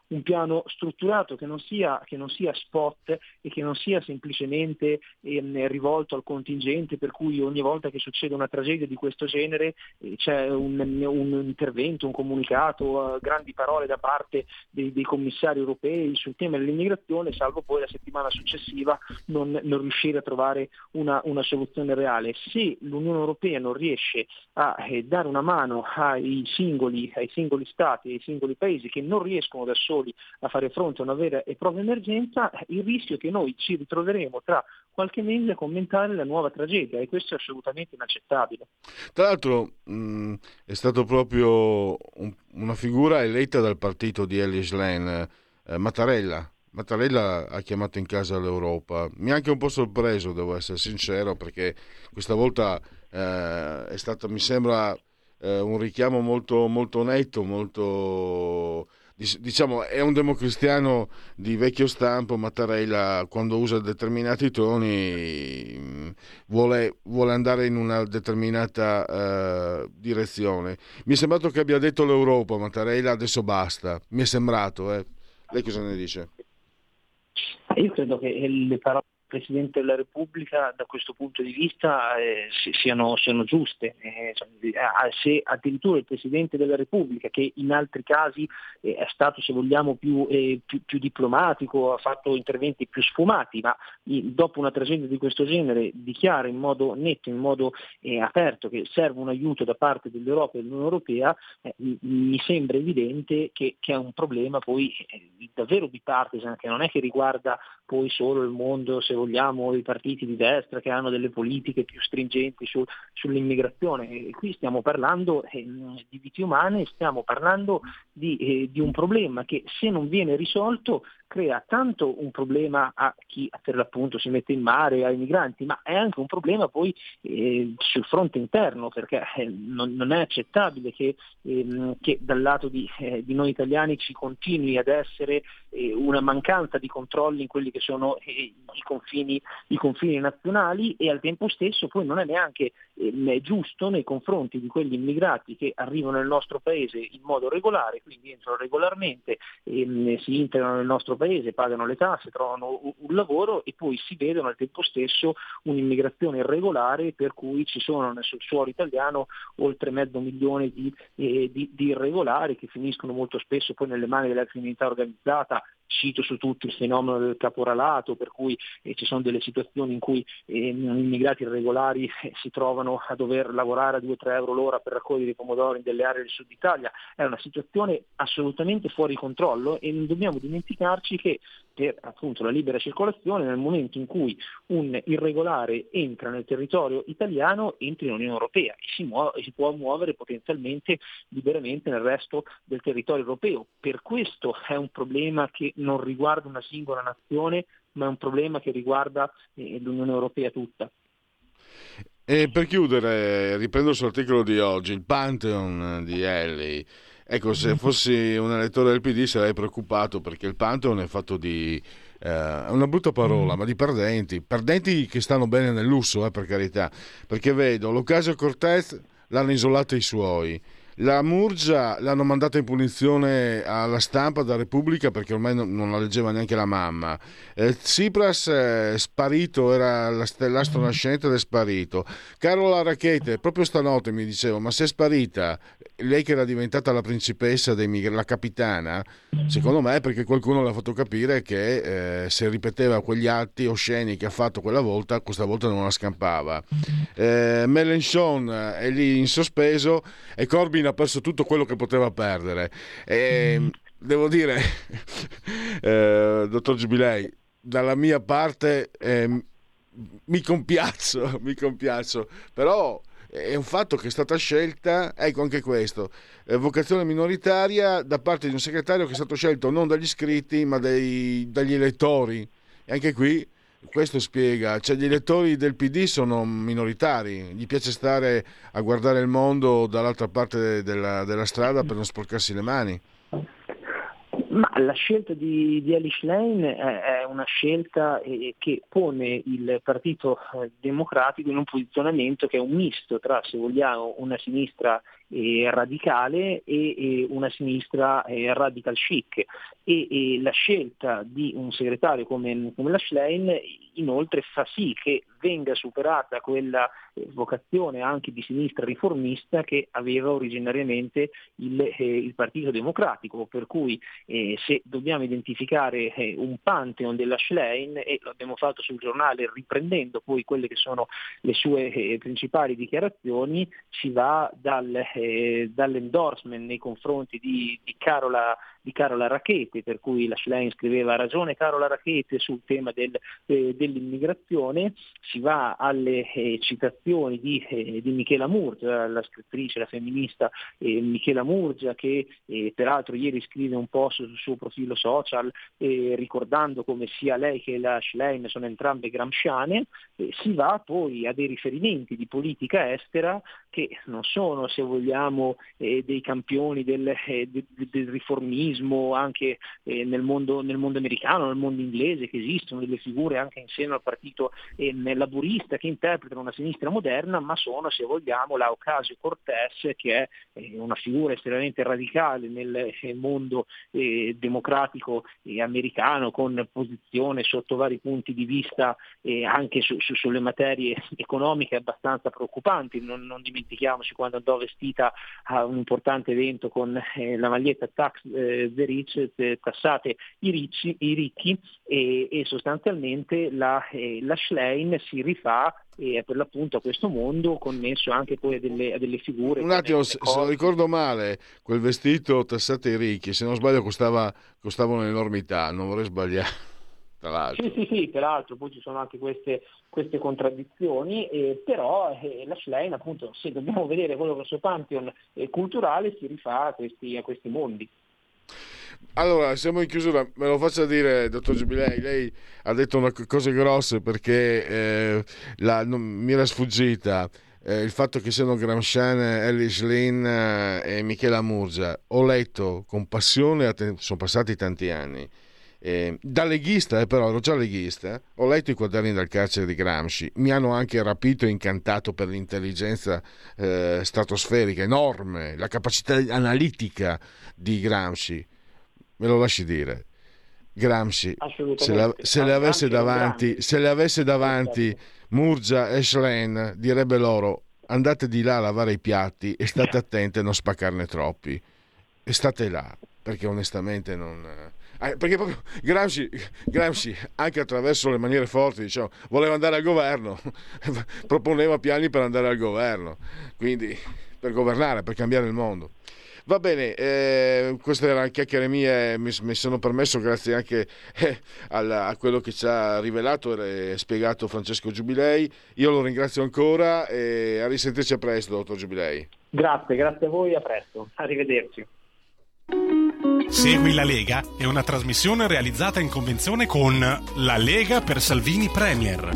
un piano strutturato che non sia, che non sia spot e che non sia semplicemente ehm, rivolto al contingente, per cui ogni volta che succede una tragedia di questo genere eh, c'è un, un intervento, un comunicato, uh, grandi parole da parte dei, dei commissari europei sul tema dell'immigrazione, salvo poi la settimana successiva non, non riuscire a trovare una, una soluzione reale. Se l'Unione Europea non riesce a eh, dare una mano ai singoli, ai singoli stati, ai singoli paesi che non riescono da soli a fare fronte a una vera e propria emergenza, il rischio è che noi ci ritroveremo tra qualche mese a commentare la nuova tragedia, e questo è assolutamente inaccettabile. Tra l'altro mh, è stato proprio un, una figura eletta dal partito di Elly Schlein, eh, Mattarella. Mattarella ha chiamato in casa l'Europa. Mi ha anche un po' sorpreso, devo essere sincero, perché questa volta eh, è stato, mi sembra, eh, un richiamo molto, molto netto, molto... diciamo è un democristiano di vecchio stampo. Mattarella, quando usa determinati toni, vuole, vuole andare in una determinata uh, direzione. Mi è sembrato che abbia detto l'Europa, Mattarella, adesso basta, mi è sembrato, eh. Lei cosa ne dice? Io credo che le parole del Presidente della Repubblica da questo punto di vista eh, siano, siano giuste. Eh, se addirittura il Presidente della Repubblica, che in altri casi eh, è stato, se vogliamo, più, eh, più, più diplomatico, ha fatto interventi più sfumati, ma eh, dopo una tragedia di questo genere dichiara in modo netto, in modo eh, aperto che serve un aiuto da parte dell'Europa e dell'Unione Europea, eh, mi sembra evidente che, che è un problema poi eh, davvero bipartisan, che non è che riguarda poi solo il mondo, se vogliamo, i partiti di destra che hanno delle politiche più stringenti su, sull'immigrazione. E qui stiamo parlando eh, di vite umane, stiamo parlando di, eh, di un problema che, se non viene risolto, crea tanto un problema a chi per l'appunto si mette in mare, ai migranti, ma è anche un problema poi eh, sul fronte interno, perché eh, non, non è accettabile che, eh, che dal lato di, eh, di noi italiani ci continui ad essere eh, una mancanza di controlli in quelli che sono eh, i confini, i confini nazionali, e al tempo stesso poi non è neanche eh, giusto nei confronti di quegli immigrati che arrivano nel nostro paese in modo regolare, quindi entrano regolarmente, eh, si integrano nel nostro paese, pagano le tasse, trovano un lavoro, e poi si vedono al tempo stesso un'immigrazione irregolare, per cui ci sono sul suolo italiano oltre mezzo milione di, eh, di, di irregolari che finiscono molto spesso poi nelle mani della criminalità organizzata. Cito su tutto il fenomeno del caporalato, per cui eh, ci sono delle situazioni in cui eh, immigrati irregolari eh, si trovano a dover lavorare a due tre euro l'ora per raccogliere i pomodori in delle aree del sud Italia. È una situazione assolutamente fuori controllo, e non dobbiamo dimenticarci che per appunto la libera circolazione, nel momento in cui un irregolare entra nel territorio italiano, entra in Unione Europea e si, muo- e si può muovere potenzialmente liberamente nel resto del territorio europeo. Per questo è un problema che non riguarda una singola nazione, ma è un problema che riguarda eh, l'Unione Europea tutta. E per chiudere, riprendo sull'articolo di oggi, il Pantheon di Elly. Ecco, se fossi un elettore del P D sarei preoccupato, perché il Pantheon è fatto di, eh, è una brutta parola, ma di perdenti, perdenti che stanno bene nel lusso, eh, per carità, perché vedo l'Ocasio-Cortez l'hanno isolata i suoi, la Murgia l'hanno mandata in punizione alla stampa da Repubblica perché ormai non, non la leggeva neanche la mamma. Eh, Tsipras è sparito, era l'astro nascente ed è sparito. Carola Rackete, proprio stanotte mi dicevo, ma se è sparita, lei che era diventata la principessa dei migranti, la capitana, secondo me è perché qualcuno le ha fatto capire che eh, se ripeteva quegli atti osceni che ha fatto quella volta, questa volta non la scampava. Eh, Mélenchon è lì in sospeso e Corbyn ha perso tutto quello che poteva perdere. E, devo dire, eh, dottor Giubilei, dalla mia parte eh, mi compiaccio, mi compiaccio, però è un fatto che è stata scelta, ecco anche questo, eh, vocazione minoritaria da parte di un segretario che è stato scelto non dagli iscritti ma dai, dagli elettori, e anche qui questo spiega, cioè gli elettori del P D sono minoritari, gli piace stare a guardare il mondo dall'altra parte della, della strada per non sporcarsi le mani. Ma la scelta di, di Elly Schlein è, è una scelta eh, che pone il Partito eh, Democratico in un posizionamento che è un misto tra, se vogliamo, una sinistra eh, radicale e, e una sinistra eh, radical chic, e, e la scelta di un segretario come, come la Schlein inoltre fa sì che venga superata quella eh, vocazione anche di sinistra riformista che aveva originariamente il, eh, il Partito Democratico, per cui eh, se dobbiamo identificare eh, un pantheon della Schlein, e lo abbiamo fatto sul giornale riprendendo poi quelle che sono le sue eh, principali dichiarazioni, si va dal, eh, dall'endorsement nei confronti di, di Carola di Carola Rackete, per cui la Schlein scriveva: ha ragione Carola Rackete sul tema del, eh, dell'immigrazione, si va alle eh, citazioni di, eh, di Michela Murgia, la scrittrice, la femminista eh, Michela Murgia, che eh, peraltro ieri scrive un post sul suo profilo social eh, ricordando come sia lei che la Schlein sono entrambe gramsciane, eh, si va poi a dei riferimenti di politica estera che non sono, se vogliamo, eh, dei campioni del, eh, del, del riformismo anche eh, nel mondo, nel mondo americano, nel mondo inglese, che esistono delle figure anche in seno al partito eh, laburista che interpretano una sinistra moderna, ma sono, se vogliamo, la Ocasio-Cortez, che è eh, una figura estremamente radicale nel eh, mondo eh, democratico eh, americano, con posizione sotto vari punti di vista eh, anche su, su, sulle materie economiche abbastanza preoccupanti. Non, non dimentichiamoci quando andò vestita a un importante evento con eh, la maglietta Tax eh, the Rich, eh, tassate i ricchi, i ricchi e, e sostanzialmente la, eh, la Schlein si rifà eh, per l'appunto a questo mondo, connesso anche poi a delle, a delle figure. Un attimo, se, se non ricordo male, quel vestito tassate i ricchi, se non sbaglio costava, costava un'enormità, non vorrei sbagliare. Tra l'altro. Sì, sì, sì, peraltro poi ci sono anche queste, queste contraddizioni, eh, però eh, la Schlein, appunto, se dobbiamo vedere quello che è il suo pantheon eh, culturale, si rifà a questi, a questi mondi. Allora, siamo in chiusura, me lo faccia dire, dottor Giubilei, lei ha detto una cose grosse perché eh, la, non, mi era sfuggita eh, il fatto che siano gramsciane Ellie Schlein eh, e Michela Murgia. Ho letto con passione, sono passati tanti anni, Eh, da leghista, eh, però ero già leghista, ho letto i quaderni dal carcere di Gramsci, mi hanno anche rapito e incantato per l'intelligenza eh, stratosferica enorme, la capacità analitica di Gramsci, me lo lasci dire. Gramsci, se, la, se le avesse davanti se le avesse davanti Murgia e Schlein, direbbe loro: andate di là a lavare i piatti e state attenti a non spaccarne troppi, e state là, perché onestamente non... Eh, perché proprio Gramsci, Gramsci anche attraverso le maniere forti, diciamo, voleva andare al governo, proponeva piani per andare al governo, quindi per governare, per cambiare il mondo. Va bene, eh, queste erano chiacchiere mie, mi, mi sono permesso grazie anche eh, a, a quello che ci ha rivelato e spiegato Francesco Giubilei. Io lo ringrazio ancora e a risentirci a presto, dottor Giubilei. Grazie, grazie a voi, a presto, arrivederci. Segui la Lega è una trasmissione realizzata in convenzione con La Lega per Salvini Premier.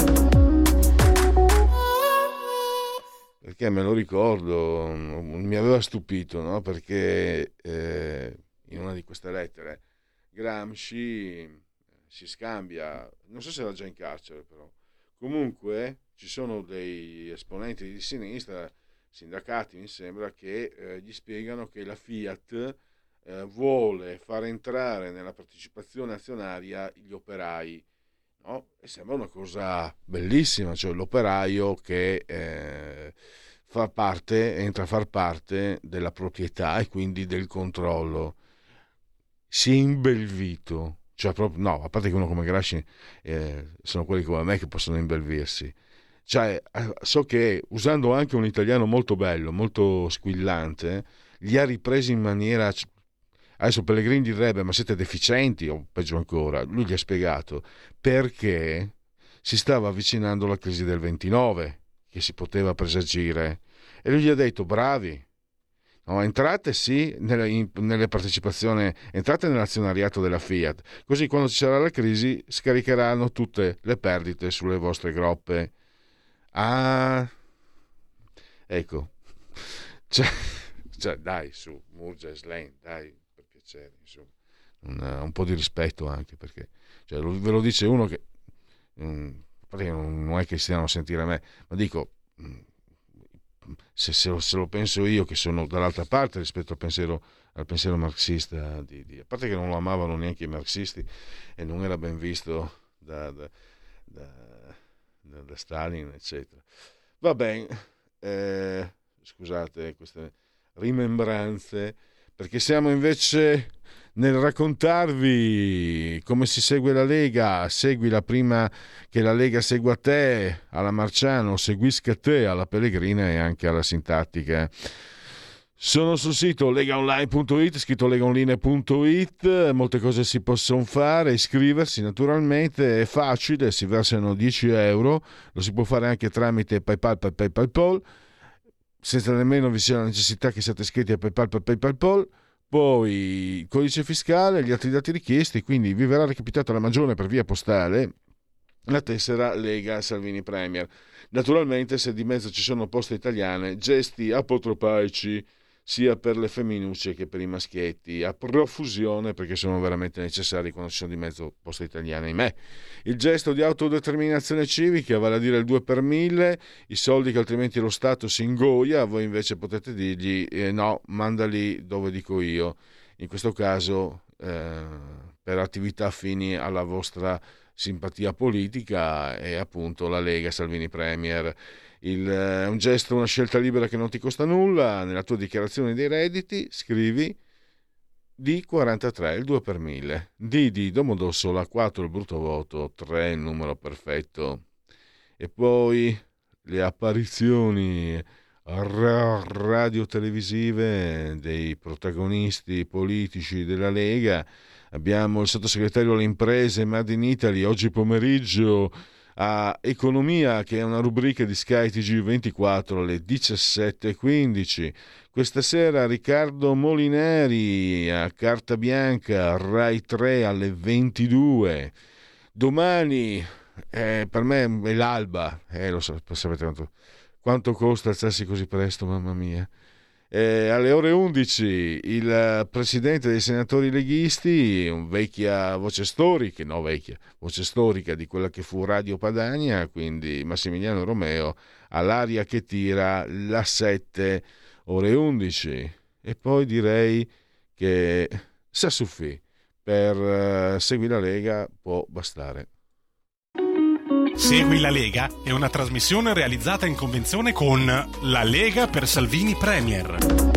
Perché me lo ricordo, mi aveva stupito, no? Perché eh, in una di queste lettere Gramsci si scambia, non so se era già in carcere però, comunque ci sono dei esponenti di sinistra, sindacati mi sembra, che eh, gli spiegano che la Fiat Eh, vuole far entrare nella partecipazione azionaria gli operai, no? E sembra una cosa bellissima, cioè l'operaio che eh, fa parte, entra a far parte della proprietà e quindi del controllo. Si è imbelvito, cioè proprio, no, a parte che uno come Gramsci eh, sono quelli come me che possono imbelvirsi. Cioè, so che usando anche un italiano molto bello, molto squillante, li ha ripresi in maniera... Adesso Pellegrini direbbe: ma siete deficienti, o peggio ancora. Lui gli ha spiegato perché si stava avvicinando la crisi del ventinove, che si poteva presagire, e lui gli ha detto: bravi, no, entrate sì nelle, in, nelle partecipazioni, entrate nell'azionariato della Fiat, così quando ci sarà la crisi scaricheranno tutte le perdite sulle vostre groppe. Ah, ecco, cioè, cioè dai, su, Murgia e Schlein, dai, insomma, un, un po' di rispetto anche, perché cioè, lo, ve lo dice uno che mh, non è che stiano a sentire me, ma dico mh, se, se, se lo penso io, che sono dall'altra parte rispetto al pensiero, al pensiero marxista, di, di, a parte che non lo amavano neanche i marxisti e non era ben visto da, da, da, da, da Stalin, eccetera. Va bene, eh, scusate queste rimembranze, perché siamo invece nel raccontarvi come si segue la Lega. Seguila prima che la Lega segua te, alla Marciano, seguisca te, alla Pellegrina e anche alla Sintattica. Sono sul sito legaonline punto it, scritto legaonline punto it, molte cose si possono fare, iscriversi naturalmente, è facile, si versano dieci euro, lo si può fare anche tramite PayPal per PayPal Pol, senza nemmeno vi sia la necessità che siate iscritti a PayPal per PayPal Pol. Poi il codice fiscale e gli altri dati richiesti, quindi vi verrà recapitata la magione per via postale la tessera Lega Salvini Premier. Naturalmente, se di mezzo ci sono poste italiane, gesti apotropaici sia per le femminucce che per i maschietti, a profusione, perché sono veramente necessari quando ci sono di mezzo poste italiane, ahimè. Il gesto di autodeterminazione civica, vale a dire il due per mille, i soldi che altrimenti lo Stato si ingoia, voi invece potete dirgli eh, no, mandali dove dico io, in questo caso eh, per attività affini alla vostra simpatia politica, e appunto la Lega Salvini Premier. Il, è un gesto, una scelta libera che non ti costa nulla. Nella tua dichiarazione dei redditi scrivi D quarantatré, il due per mille, D di Domodossola, quattro il brutto voto, tre il numero perfetto. E poi le apparizioni radio-televisive dei protagonisti politici della Lega. Abbiamo il sottosegretario alle imprese Made in Italy oggi pomeriggio a Economia, che è una rubrica di Sky T G ventiquattro alle diciassette e quindici. Questa sera Riccardo Molinari a Carta Bianca, Rai tre alle ventidue. Domani eh, per me è l'alba, eh, lo so, sapete quanto, quanto costa alzarsi così presto, mamma mia. Eh, alle ore undici il presidente dei senatori leghisti, un vecchia voce storica, no vecchia, voce storica di quella che fu Radio Padania, quindi Massimiliano Romeo, all'aria che tira la sette, ore undici. E poi direi che ça suffit, per uh, Segui la Lega può bastare. Segui la Lega è una trasmissione realizzata in convenzione con la Lega per Salvini Premier.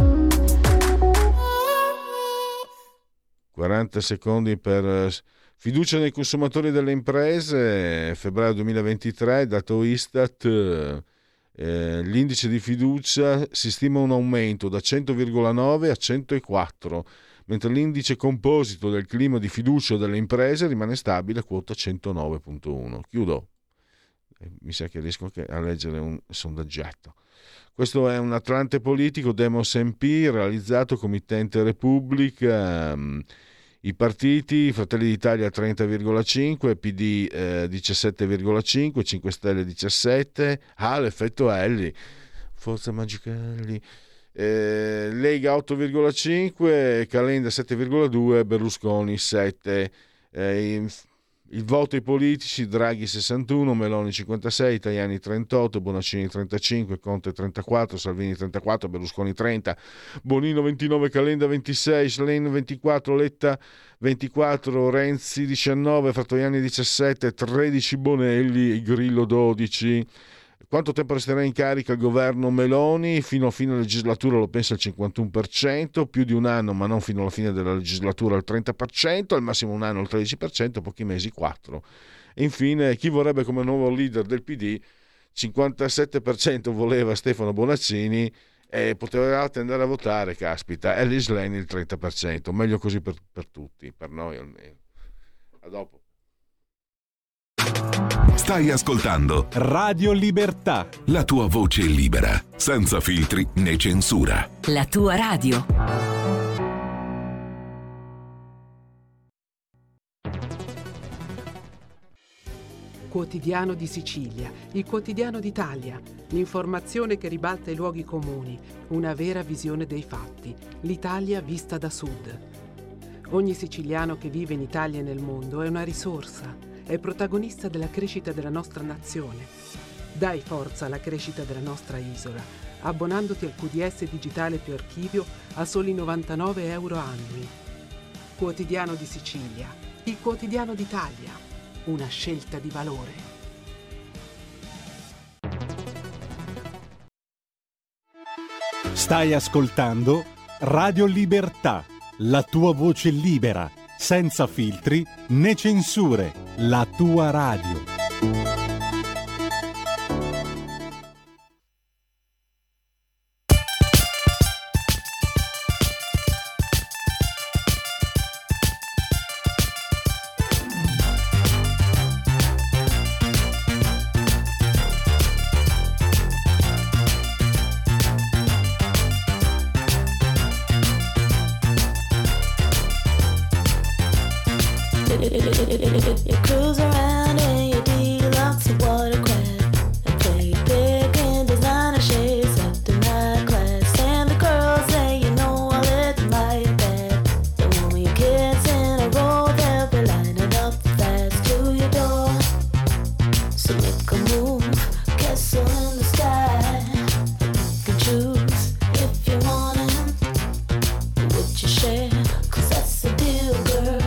quaranta secondi per fiducia nei consumatori delle imprese, febbraio duemilaventitré, dato Istat, eh, l'indice di fiducia si stima un aumento da cento virgola nove a centoquattro, mentre l'indice composito del clima di fiducia delle imprese rimane stabile a quota centonove virgola uno. Chiudo. Mi sa che riesco a leggere un sondaggetto. Questo è un Atlante politico Demos M P realizzato committente Repubblica. I partiti: Fratelli d'Italia trenta virgola cinque, P D eh, diciassette virgola cinque, cinque Stelle diciassette. Ah, l'effetto Elli, forza Magicelli. Eh, Lega otto virgola cinque, Calenda sette virgola due, Berlusconi sette. Eh, in, Il voto ai politici: Draghi sessantuno, Meloni cinquantasei, Tajani trentotto, Bonaccini trentacinque, Conte trentaquattro, Salvini trentaquattro, Berlusconi trenta, Bonino ventinove, Calenda ventisei, Schlein ventiquattro, Letta ventiquattro, Renzi diciannove, Fratoianni diciassette, tredici Bonelli, Grillo dodici. Quanto tempo resterà in carica il governo Meloni? Fino a fine legislatura lo pensa il cinquantuno per cento, più di un anno ma non fino alla fine della legislatura il trenta per cento, al massimo un anno il tredici per cento, pochi mesi quattro. E infine, chi vorrebbe come nuovo leader del P D? cinquantasette per cento voleva Stefano Bonaccini e potevate andare a votare, caspita, Ellis Lane il trenta per cento, meglio così per, per tutti, per noi almeno. A dopo. Stai ascoltando Radio Libertà, la tua voce libera, senza filtri né censura. La tua radio. Quotidiano di Sicilia, il quotidiano d'Italia, l'informazione che ribalta i luoghi comuni, una vera visione dei fatti, l'Italia vista da sud. Ogni siciliano che vive in Italia e nel mondo è una risorsa, è protagonista della crescita della nostra nazione. Dai forza alla crescita della nostra isola, abbonandoti al Q D S digitale più archivio a soli novantanove euro annui. Quotidiano di Sicilia, il quotidiano d'Italia, una scelta di valore. Stai ascoltando Radio Libertà, la tua voce libera, senza filtri né censure, la tua radio. You cruise around in your deluxe watercraft and play big in designer shades up to night class. And the girls say, you know, I'll let them like that. And when we kids in a row, they'll be lining up fast to your door. So make a move, castle in the sky. You can choose if you want it. Would you share? Cause that's the deal, girl.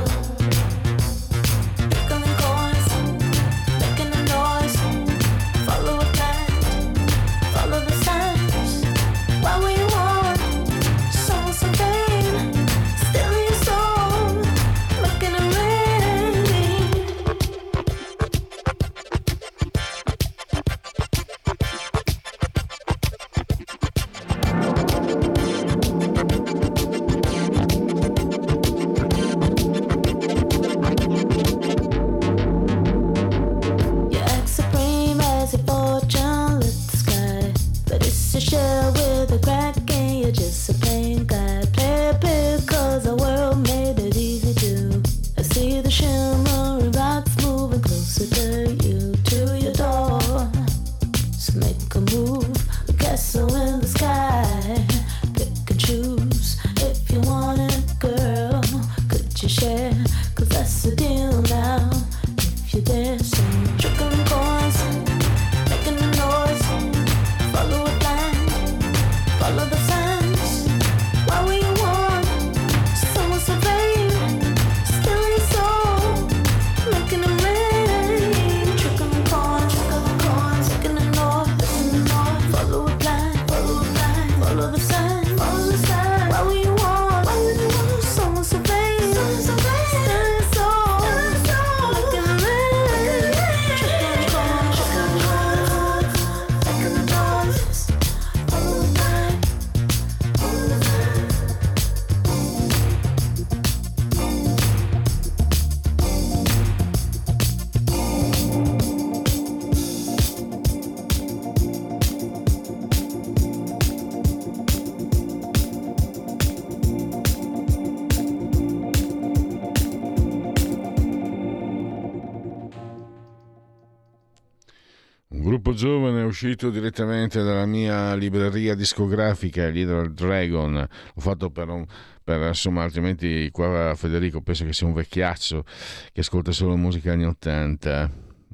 Giovane, uscito direttamente dalla mia libreria discografica Little Dragon. L'ho fatto per un per, insomma, altrimenti qua Federico pensa che sia un vecchiaccio che ascolta solo musica anni ottanta.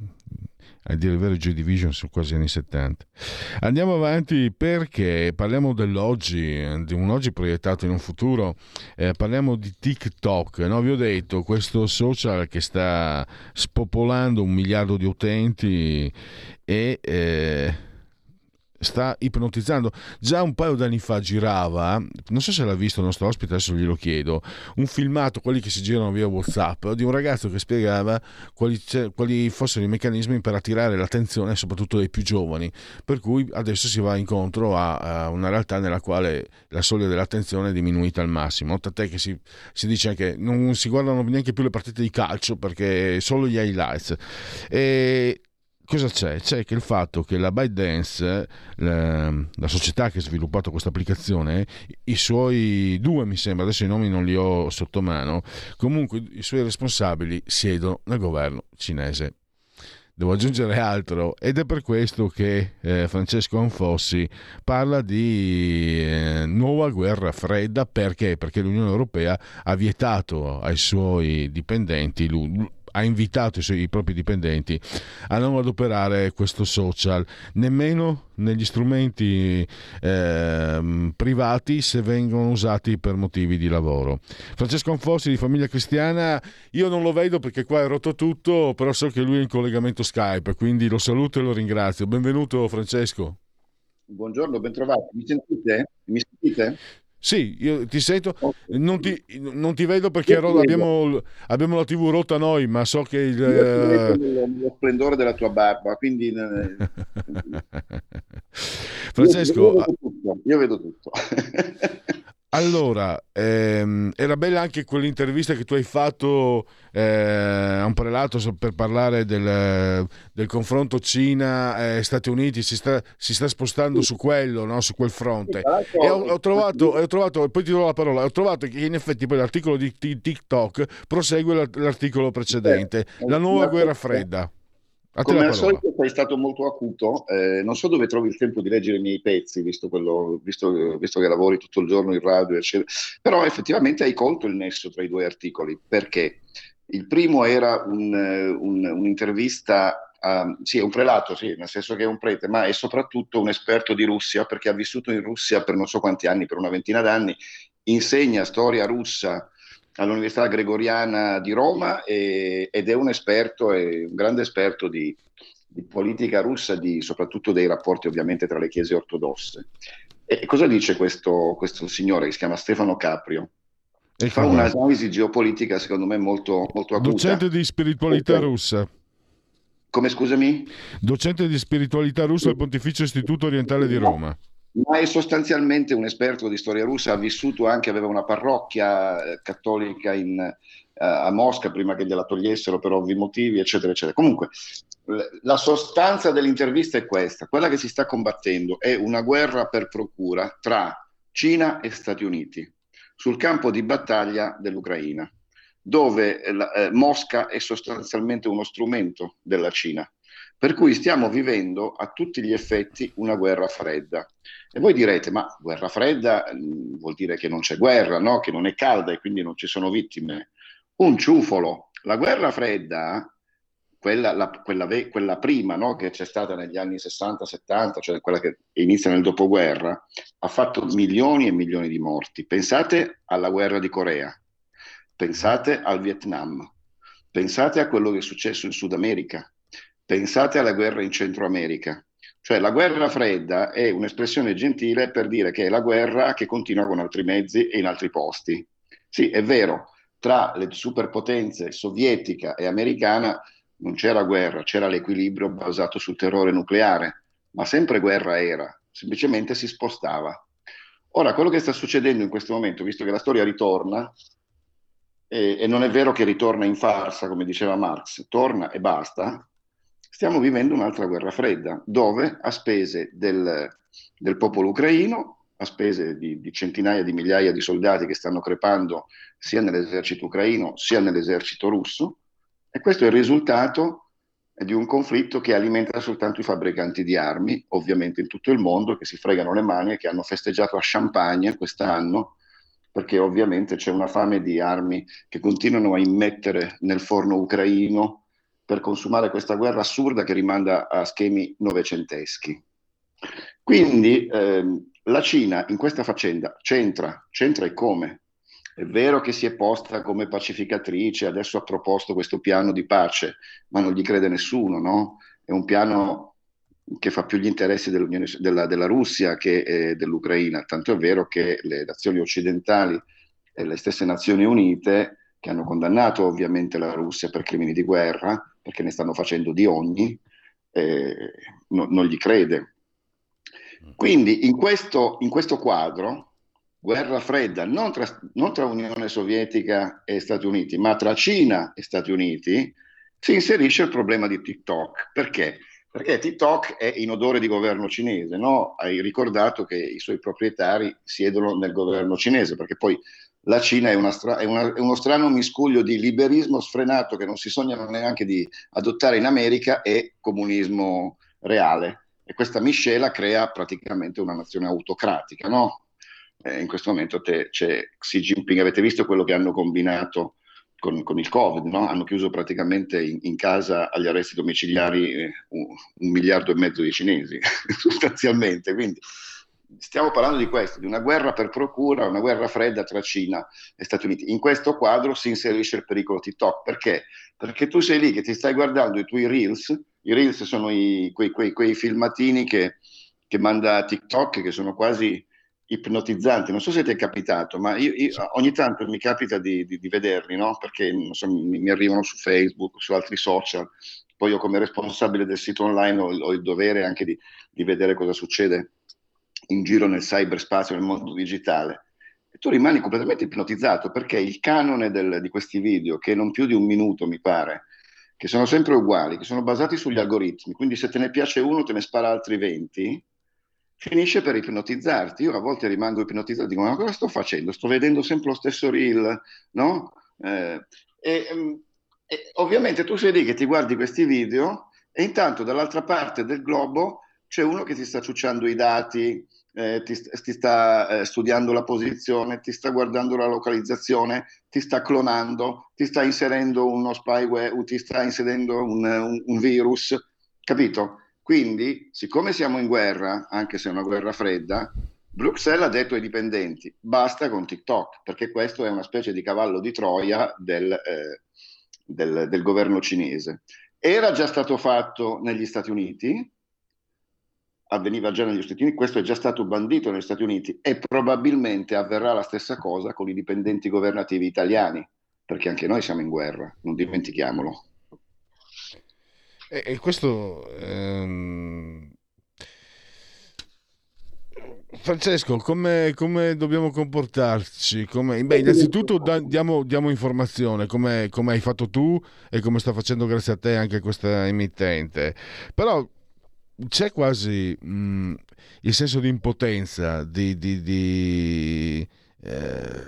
A dire il vero, Joy Division sono quasi anni settanta. Andiamo avanti perché parliamo dell'oggi, di un oggi proiettato in un futuro. Eh, parliamo di TikTok, no? Vi ho detto, questo social che sta spopolando un miliardo di utenti e eh, sta ipnotizzando. Già un paio d'anni fa girava, non so se l'ha visto il nostro ospite, adesso glielo chiedo, un filmato, quelli che si girano via WhatsApp, di un ragazzo che spiegava quali, quali fossero i meccanismi per attirare l'attenzione soprattutto dei più giovani, per cui adesso si va incontro a, a una realtà nella quale la soglia dell'attenzione è diminuita al massimo, tant'è che si, si dice anche non si guardano neanche più le partite di calcio perché solo gli highlights. E cosa c'è? C'è che il fatto che la ByteDance, la, la società che ha sviluppato questa applicazione, i suoi due, mi sembra, adesso i nomi non li ho sotto mano, comunque i suoi responsabili siedono nel governo cinese. Devo aggiungere altro, ed è per questo che eh, Francesco Anfossi parla di eh, nuova guerra fredda. Perché? Perché l'Unione Europea ha vietato ai suoi dipendenti ha invitato i, suoi, i propri dipendenti a non adoperare questo social nemmeno negli strumenti eh, privati se vengono usati per motivi di lavoro. Francesco Anfossi di Famiglia Cristiana, io non lo vedo perché qua è rotto tutto, però so che lui è in collegamento Skype, quindi lo saluto e lo ringrazio. Benvenuto Francesco. Buongiorno, ben trovato. Mi sentite? Mi sentite? Sì, io ti sento, non ti, non ti vedo perché ro- abbiamo, abbiamo la tivù rotta noi, ma so che il... Io ti vedo nello splendore della tua barba, quindi... Francesco... Io, io vedo tutto. Io vedo tutto. Allora, ehm, era bella anche quell'intervista che tu hai fatto eh, a un prelato per parlare del, del confronto Cina e Stati Uniti, si sta, si sta spostando su quello, no? Su quel fronte. E ho, ho trovato, ho trovato, e poi ti do la parola, ho trovato che in effetti poi l'articolo di TikTok prosegue l'articolo precedente, la nuova guerra fredda. Come al solito sei stato molto acuto, eh, non so dove trovi il tempo di leggere i miei pezzi, visto, quello, visto, visto che lavori tutto il giorno in radio, eccetera. Però effettivamente hai colto il nesso tra i due articoli, perché il primo era un, un, un'intervista, a, sì, è un prelato, sì, nel senso che è un prete, ma è soprattutto un esperto di Russia, perché ha vissuto in Russia per non so quanti anni, per una ventina d'anni, insegna storia russa all'Università Gregoriana di Roma e, ed è un esperto, è un grande esperto di, di politica russa, di, soprattutto dei rapporti ovviamente tra le chiese ortodosse. E cosa dice questo, questo signore che si chiama Stefano Caprio? E fa un'analisi geopolitica secondo me molto, molto acuta. Docente di spiritualità okay. russa. Come scusami? Docente di spiritualità russa al Pontificio Istituto Orientale di Roma. Ma è sostanzialmente un esperto di storia russa, ha vissuto anche, aveva una parrocchia eh, cattolica in, eh, a Mosca prima che gliela togliessero per ovvi motivi, eccetera, eccetera. Comunque, l- la sostanza dell'intervista è questa: quella che si sta combattendo è una guerra per procura tra Cina e Stati Uniti sul campo di battaglia dell'Ucraina, dove eh, la, eh, Mosca è sostanzialmente uno strumento della Cina. Per cui stiamo vivendo a tutti gli effetti una guerra fredda. E voi direte, ma guerra fredda mh, vuol dire che non c'è guerra, no? Che non è calda e quindi non ci sono vittime. Un ciufolo. La guerra fredda, quella, la, quella, ve- quella prima, no? Che c'è stata negli anni sessanta settanta, cioè quella che inizia nel dopoguerra, ha fatto milioni e milioni di morti. Pensate alla guerra di Corea, pensate al Vietnam, pensate a quello che è successo in Sud America. Pensate alla guerra in Centro America. Cioè la guerra fredda è un'espressione gentile per dire che è la guerra che continua con altri mezzi e in altri posti. Sì, è vero, tra le superpotenze sovietica e americana non c'era guerra, c'era l'equilibrio basato sul terrore nucleare, ma sempre guerra era, semplicemente si spostava. Ora, quello che sta succedendo in questo momento, visto che la storia ritorna, e, e non è vero che ritorna in farsa, come diceva Marx, torna e basta, stiamo vivendo un'altra guerra fredda, dove a spese del, del popolo ucraino, a spese di, di centinaia di migliaia di soldati che stanno crepando sia nell'esercito ucraino sia nell'esercito russo, e questo è il risultato di un conflitto che alimenta soltanto i fabbricanti di armi, ovviamente in tutto il mondo, che si fregano le mani e che hanno festeggiato a Champagne quest'anno, perché ovviamente c'è una fame di armi che continuano a immettere nel forno ucraino per consumare questa guerra assurda che rimanda a schemi novecenteschi. Quindi ehm, la Cina in questa faccenda c'entra, c'entra e come? È vero che si è posta come pacificatrice, adesso ha proposto questo piano di pace, ma non gli crede nessuno, no? È un piano che fa più gli interessi dell'Unione, della, della Russia che eh, dell'Ucraina, tanto è vero che le nazioni occidentali e le stesse Nazioni Unite, che hanno condannato ovviamente la Russia per crimini di guerra, perché ne stanno facendo di ogni, eh, no, non gli crede. Quindi in questo, in questo quadro, guerra fredda, non tra, non tra Unione Sovietica e Stati Uniti, ma tra Cina e Stati Uniti, si inserisce il problema di TikTok. Perché? Perché TikTok è in odore di governo cinese, no? Hai ricordato che i suoi proprietari siedono nel governo cinese, perché poi la Cina è, una stra- è, una, è uno strano miscuglio di liberismo sfrenato che non si sognano neanche di adottare in America e comunismo reale. E questa miscela crea praticamente una nazione autocratica, no? Eh, in questo momento te, c'è Xi Jinping, avete visto quello che hanno combinato con, con il Covid, no? Hanno chiuso praticamente in, in casa agli arresti domiciliari eh, un, un miliardo e mezzo di cinesi, sostanzialmente. Quindi stiamo parlando di questo, di una guerra per procura, una guerra fredda tra Cina e Stati Uniti. In questo quadro si inserisce il pericolo TikTok. Perché? Perché tu sei lì che ti stai guardando i tuoi reels, i reels sono i, quei, quei, quei filmatini che, che manda TikTok, che sono quasi ipnotizzanti. Non so se ti è capitato, ma io, io ogni tanto mi capita di, di, di vederli, no? Perché non so, mi, mi arrivano su Facebook, su altri social. Poi io come responsabile del sito online ho, ho il dovere anche di, di vedere cosa succede in giro nel cyberspazio, nel mondo digitale. E tu rimani completamente ipnotizzato, perché il canone del, di questi video, che non più di un minuto mi pare, che sono sempre uguali, che sono basati sugli algoritmi, quindi se te ne piace uno te ne spara altri venti, finisce per ipnotizzarti. Io a volte rimango ipnotizzato, dico ma cosa sto facendo? Sto vedendo sempre lo stesso reel, no? Eh, e, e ovviamente tu sei lì che ti guardi questi video e intanto dall'altra parte del globo c'è uno che ti sta ciucciando i dati, eh, ti, ti sta eh, studiando la posizione, ti sta guardando la localizzazione, ti sta clonando, ti sta inserendo uno spyware, ti sta inserendo un, un, un virus, capito? Quindi, siccome siamo in guerra, anche se è una guerra fredda, Bruxelles ha detto ai dipendenti, basta con TikTok, perché questo è una specie di cavallo di Troia del, eh, del, del governo cinese. Era già stato fatto negli Stati Uniti, avveniva già negli Stati Uniti, questo è già stato bandito negli Stati Uniti e probabilmente avverrà la stessa cosa con i dipendenti governativi italiani, perché anche noi siamo in guerra, non dimentichiamolo. E, e questo ehm... Francesco, come, come dobbiamo comportarci? Come... Beh, innanzitutto da, diamo, diamo informazione, come, come hai fatto tu e come sta facendo grazie a te anche questa emittente. Però c'è quasi mh, il senso di impotenza, di, di, di eh,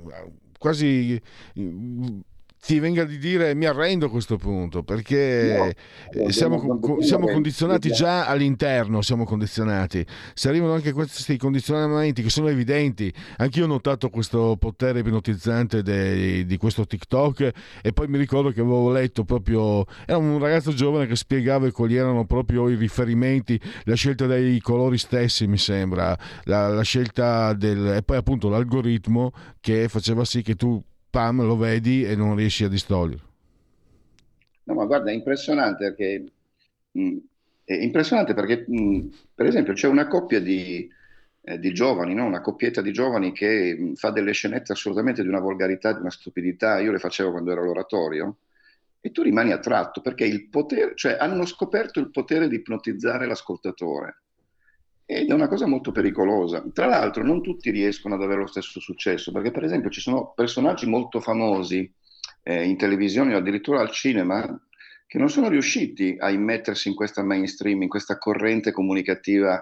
quasi mh, ti venga di dire mi arrendo a questo punto, perché no, siamo, con, siamo condizionati già all'interno, siamo condizionati. Se arrivano anche questi condizionamenti che sono evidenti, anch'io ho notato questo potere ipnotizzante de, di questo TikTok, e poi mi ricordo che avevo letto proprio, era un ragazzo giovane che spiegava quali erano proprio i riferimenti, la scelta dei colori stessi mi sembra, la, la scelta del, e poi appunto l'algoritmo che faceva sì che tu pam, lo vedi e non riesci a distoglierlo. No, ma guarda, è impressionante perché, mh, è impressionante perché mh, per esempio c'è una coppia di, eh, di giovani, no? Una coppietta di giovani che mh, fa delle scenette assolutamente di una volgarità, di una stupidità. Io le facevo quando ero all'oratorio e tu rimani attratto perché il potere, cioè hanno scoperto il potere di ipnotizzare l'ascoltatore. Ed è una cosa molto pericolosa. Tra l'altro non tutti riescono ad avere lo stesso successo, perché per esempio ci sono personaggi molto famosi eh, in televisione o addirittura al cinema che non sono riusciti a immettersi in questa mainstream, in questa corrente comunicativa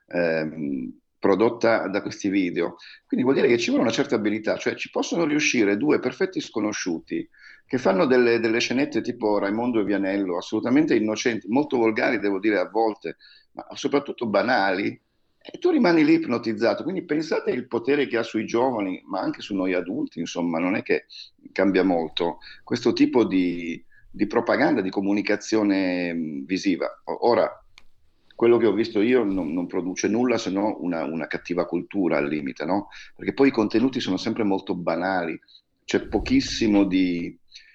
eh, prodotta da questi video. Quindi vuol dire che ci vuole una certa abilità, cioè ci possono riuscire due perfetti sconosciuti che fanno delle, delle scenette tipo Raimondo e Vianello, assolutamente innocenti, molto volgari devo dire a volte, ma soprattutto banali, e tu rimani lì ipnotizzato. Quindi pensate al potere che ha sui giovani, ma anche su noi adulti, insomma, non è che cambia molto questo tipo di, di propaganda, di comunicazione visiva. Ora, quello che ho visto io non, non produce nulla se no una, una cattiva cultura al limite, no? Perché poi i contenuti sono sempre molto banali, c'è pochissimo di,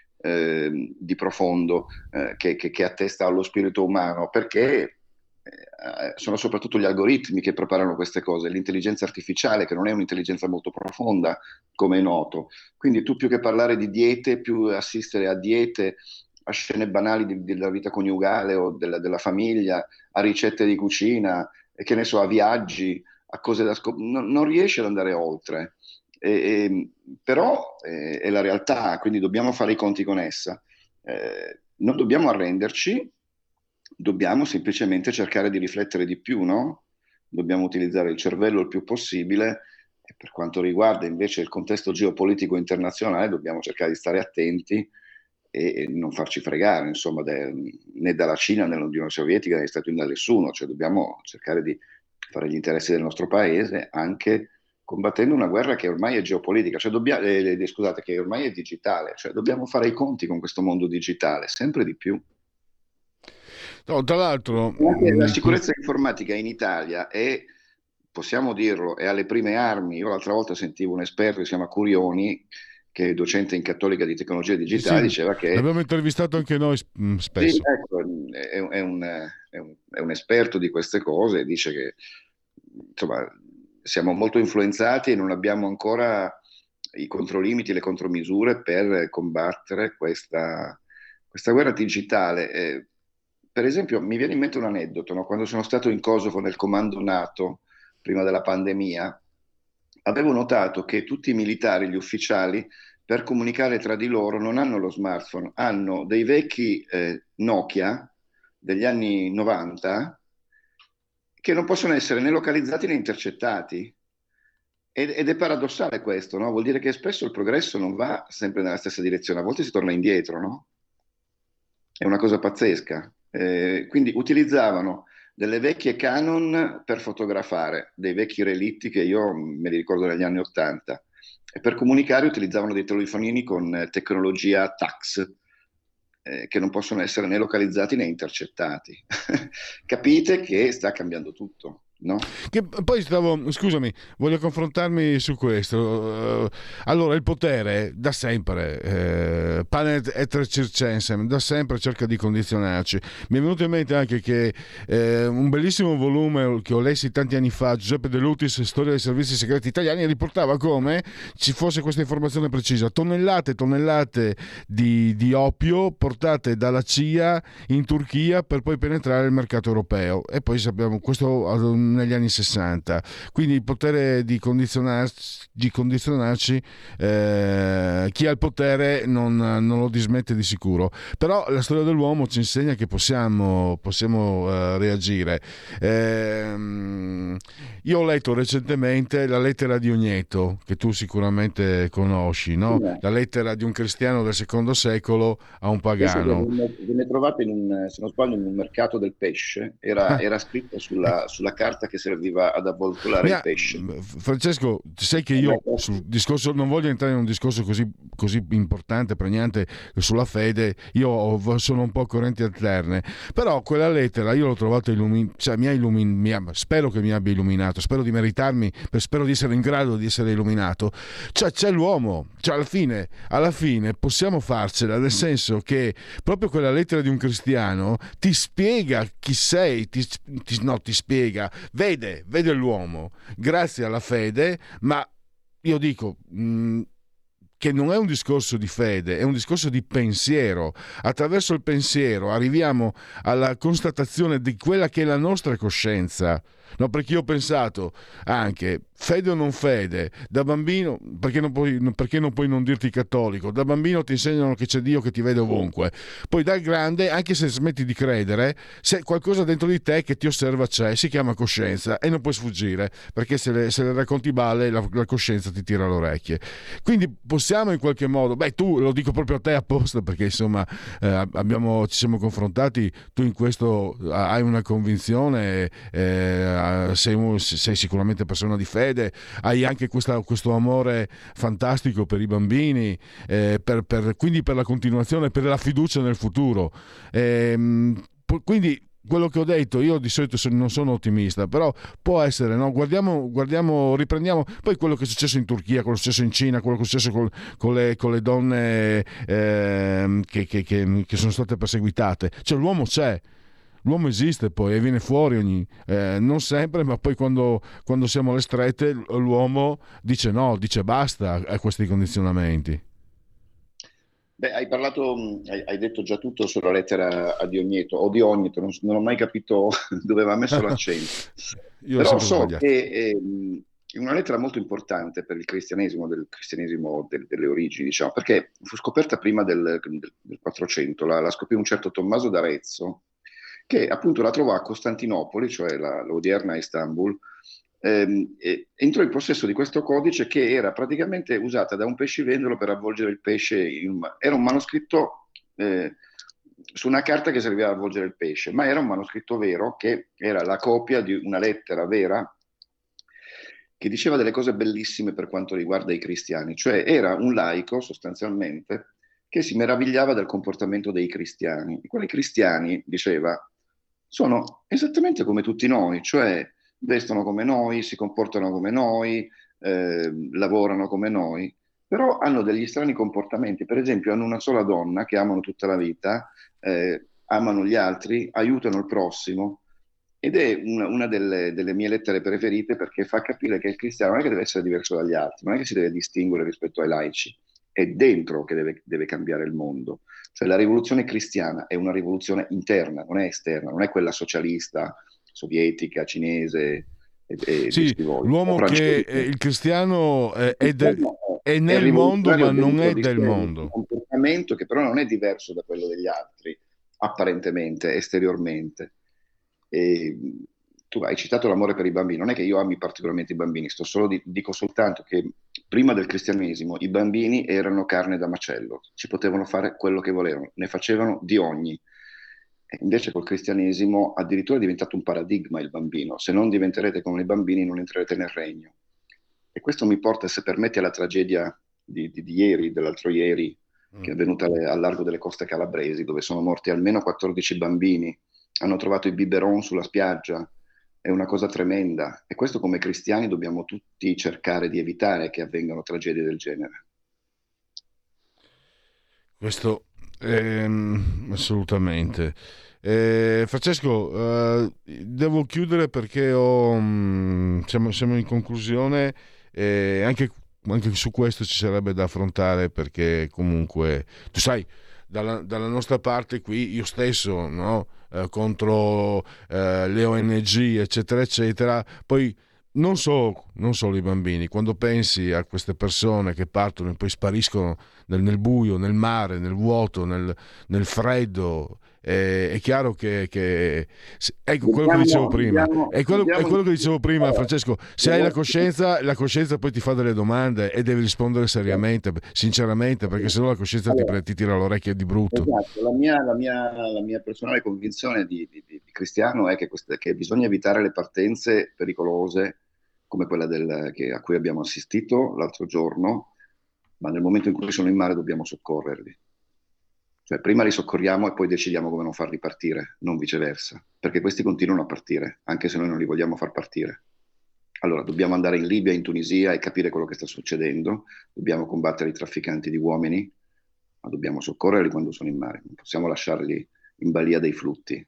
eh, di profondo eh, che, che, che attesta allo spirito umano, perché Eh, sono soprattutto gli algoritmi che preparano queste cose, l'intelligenza artificiale che non è un'intelligenza molto profonda, come è noto. Quindi tu più che parlare di diete, più assistere a diete, a scene banali di, della vita coniugale o della, della famiglia, a ricette di cucina, e che ne so, a viaggi, a cose da scoprire, non, non riesce ad andare oltre. E, e, però eh, è la realtà, quindi dobbiamo fare i conti con essa. Eh, non dobbiamo arrenderci, dobbiamo semplicemente cercare di riflettere di più, no? Dobbiamo utilizzare il cervello il più possibile, e per quanto riguarda invece il contesto geopolitico internazionale dobbiamo cercare di stare attenti e, e non farci fregare, insomma, de, né dalla Cina né dall'Unione Sovietica né dagli Stati Uniti, da nessuno. Cioè dobbiamo cercare di fare gli interessi del nostro paese anche combattendo una guerra che ormai è geopolitica, cioè dobbiamo, eh, eh, scusate, che ormai è digitale, cioè dobbiamo fare i conti con questo mondo digitale, sempre di più. No, tra l'altro, anche la sicurezza informatica in Italia è, possiamo dirlo, è alle prime armi. Io l'altra volta sentivo un esperto che si chiama Curioni, che è docente in Cattolica di tecnologie digitali, sì, diceva che... l'abbiamo intervistato anche noi spesso. Sì, ecco, è, è, un, è, un, è un esperto di queste cose e dice che insomma siamo molto influenzati e non abbiamo ancora i controlimiti, le contromisure per combattere questa, questa guerra digitale. Eh, per esempio, mi viene in mente un aneddoto, no? Quando sono stato in Kosovo nel comando NATO, prima della pandemia, avevo notato che tutti i militari, gli ufficiali, per comunicare tra di loro non hanno lo smartphone, hanno dei vecchi eh, Nokia degli anni novanta che non possono essere né localizzati né intercettati. Ed, ed è paradossale questo, no? Vuol dire che spesso il progresso non va sempre nella stessa direzione, a volte si torna indietro, no? È una cosa pazzesca. Eh, quindi utilizzavano delle vecchie Canon per fotografare, dei vecchi relitti che io me li ricordo negli anni Ottanta, e per comunicare utilizzavano dei telefonini con tecnologia tax, eh, che non possono essere né localizzati né intercettati. Capite che sta cambiando tutto, no? Che poi stavo, scusami, voglio confrontarmi su questo. Uh, allora, il potere da sempre, eh, panem et circensem, da sempre cerca di condizionarci. Mi è venuto in mente anche che eh, un bellissimo volume che ho lessi tanti anni fa, Giuseppe De Lutis, Storia dei servizi segreti italiani, riportava come ci fosse questa informazione precisa: tonnellate e tonnellate di, di opio portate dalla C I A in Turchia per poi penetrare il mercato europeo. E poi sappiamo questo negli anni sessanta, quindi il potere di condizionarci, di condizionarci eh, chi ha il potere non, non lo dismette di sicuro. Però la storia dell'uomo ci insegna che possiamo, possiamo eh, reagire. Eh, io ho letto recentemente la lettera di Ogneto, che tu sicuramente conosci, no? La lettera di un cristiano del secondo secolo a un pagano. Venne, venne trovata in un, se non sbaglio, in un mercato del pesce, era, era scritta sulla, sulla carta che serviva ad avvoltolare Mia, il pesce. Francesco, sai che io sul discorso, non voglio entrare in un discorso così, così importante, pregnante sulla fede, io sono un po' correnti alterne, però quella lettera io l'ho trovata illumin- cioè, mi ha illumin- mi ha, spero che mi abbia illuminato, spero di meritarmi, spero di essere in grado di essere illuminato. Cioè c'è l'uomo, cioè alla fine, alla fine possiamo farcela, nel senso che proprio quella lettera di un cristiano ti spiega chi sei, ti, ti, no, ti spiega, vede, vede l'uomo grazie alla fede, ma io dico mh, che non è un discorso di fede, è un discorso di pensiero. Attraverso il pensiero arriviamo alla constatazione di quella che è la nostra coscienza. No, perché io ho pensato anche, fede o non fede, da bambino, perché non puoi, perché non puoi non dirti cattolico, da bambino ti insegnano che c'è Dio che ti vede ovunque, poi da grande, anche se smetti di credere, se qualcosa dentro di te che ti osserva c'è, si chiama coscienza e non puoi sfuggire, perché se le, se le racconti balle la, la coscienza ti tira le orecchie. Quindi possiamo in qualche modo, beh, tu lo dico proprio a te apposta, perché insomma eh, abbiamo, ci siamo confrontati, tu in questo hai una convinzione, eh, sei, sei sicuramente persona di fede, hai anche questa, questo amore fantastico per i bambini, eh, per, per, quindi per la continuazione, per la fiducia nel futuro. Eh, quindi quello che ho detto, io di solito non sono ottimista, però può essere, no? Guardiamo, guardiamo, riprendiamo poi quello che è successo in Turchia, quello che è successo in Cina, quello che è successo con, con, le, con le donne eh, che, che, che, che sono state perseguitate. Cioè l'uomo c'è. L'uomo esiste poi e viene fuori ogni, eh, non sempre, ma poi quando, quando siamo alle strette l'uomo dice no, dice basta a questi condizionamenti. Beh, hai parlato, hai, hai detto già tutto sulla lettera a Diogneto o di Ogneto, non, non ho mai capito dove aveva messo l'accento. Però so sbagliato. Che è una lettera molto importante per il cristianesimo, del cristianesimo del, delle origini, diciamo, perché fu scoperta prima del, del, del quattrocento, la, la scoprì un certo Tommaso d'Arezzo, che appunto la trovò a Costantinopoli, cioè la, l'odierna Istanbul, ehm, e entrò in possesso di questo codice che era praticamente usata da un pescivendolo per avvolgere il pesce. In un, era un manoscritto eh, su una carta che serviva ad avvolgere il pesce, ma era un manoscritto vero, che era la copia di una lettera vera che diceva delle cose bellissime per quanto riguarda i cristiani, cioè era un laico sostanzialmente che si meravigliava del comportamento dei cristiani. I quali cristiani, diceva, sono esattamente come tutti noi, cioè vestono come noi, si comportano come noi, eh, lavorano come noi, però hanno degli strani comportamenti. Per esempio hanno una sola donna che amano tutta la vita, eh, amano gli altri, aiutano il prossimo, ed è una, una delle, delle mie lettere preferite, perché fa capire che il cristiano non è che deve essere diverso dagli altri, non è che si deve distinguere rispetto ai laici, è dentro che deve, deve cambiare il mondo. Cioè la rivoluzione cristiana è una rivoluzione interna, non è esterna, non è quella socialista, sovietica, cinese. E, e sì, l'uomo che è, il cristiano è, è, de, è nel è mondo ma non è di del sé, mondo. Un comportamento che però non è diverso da quello degli altri, apparentemente, esteriormente. E, tu hai citato l'amore per i bambini, non è che io ami particolarmente i bambini, sto solo di, dico soltanto che prima del cristianesimo i bambini erano carne da macello, ci potevano fare quello che volevano, ne facevano di ogni. E invece col cristianesimo addirittura è diventato un paradigma il bambino: se non diventerete come i bambini non entrerete nel regno. E questo mi porta, se permetti, alla tragedia di, di, di ieri, dell'altro ieri, mm. che è avvenuta alle, al largo delle coste calabresi, dove sono morti almeno quattordici bambini, hanno trovato i biberon sulla spiaggia. È una cosa tremenda, e questo come cristiani dobbiamo tutti cercare di evitare che avvengano tragedie del genere. Questo ehm, assolutamente. Eh, Francesco, eh, devo chiudere perché ho, mh, siamo, siamo in conclusione, e anche, anche su questo ci sarebbe da affrontare, perché comunque tu sai, dalla, dalla nostra parte qui, io stesso, no? Eh, contro eh, le O N G eccetera eccetera, poi non, so, non solo i bambini, quando pensi a queste persone che partono e poi spariscono nel, nel buio, nel mare, nel vuoto, nel, nel freddo, eh, è chiaro che, che ecco quello che dicevo prima, è quello, è quello che dicevo prima, Francesco, se hai la coscienza, la coscienza poi ti fa delle domande e devi rispondere seriamente, sinceramente, perché sennò la coscienza ti, ti tira l'orecchia di brutto. Esatto. La mia, la mia, la mia personale convinzione di, di, di cristiano è che, queste, che bisogna evitare le partenze pericolose come quella del, che, a cui abbiamo assistito l'altro giorno, ma nel momento in cui sono in mare dobbiamo soccorrerli. Cioè prima li soccorriamo e poi decidiamo come non farli partire, non viceversa, perché questi continuano a partire, anche se noi non li vogliamo far partire. Allora dobbiamo andare in Libia, in Tunisia e capire quello che sta succedendo, dobbiamo combattere i trafficanti di uomini, ma dobbiamo soccorrerli quando sono in mare, non possiamo lasciarli in balia dei flutti.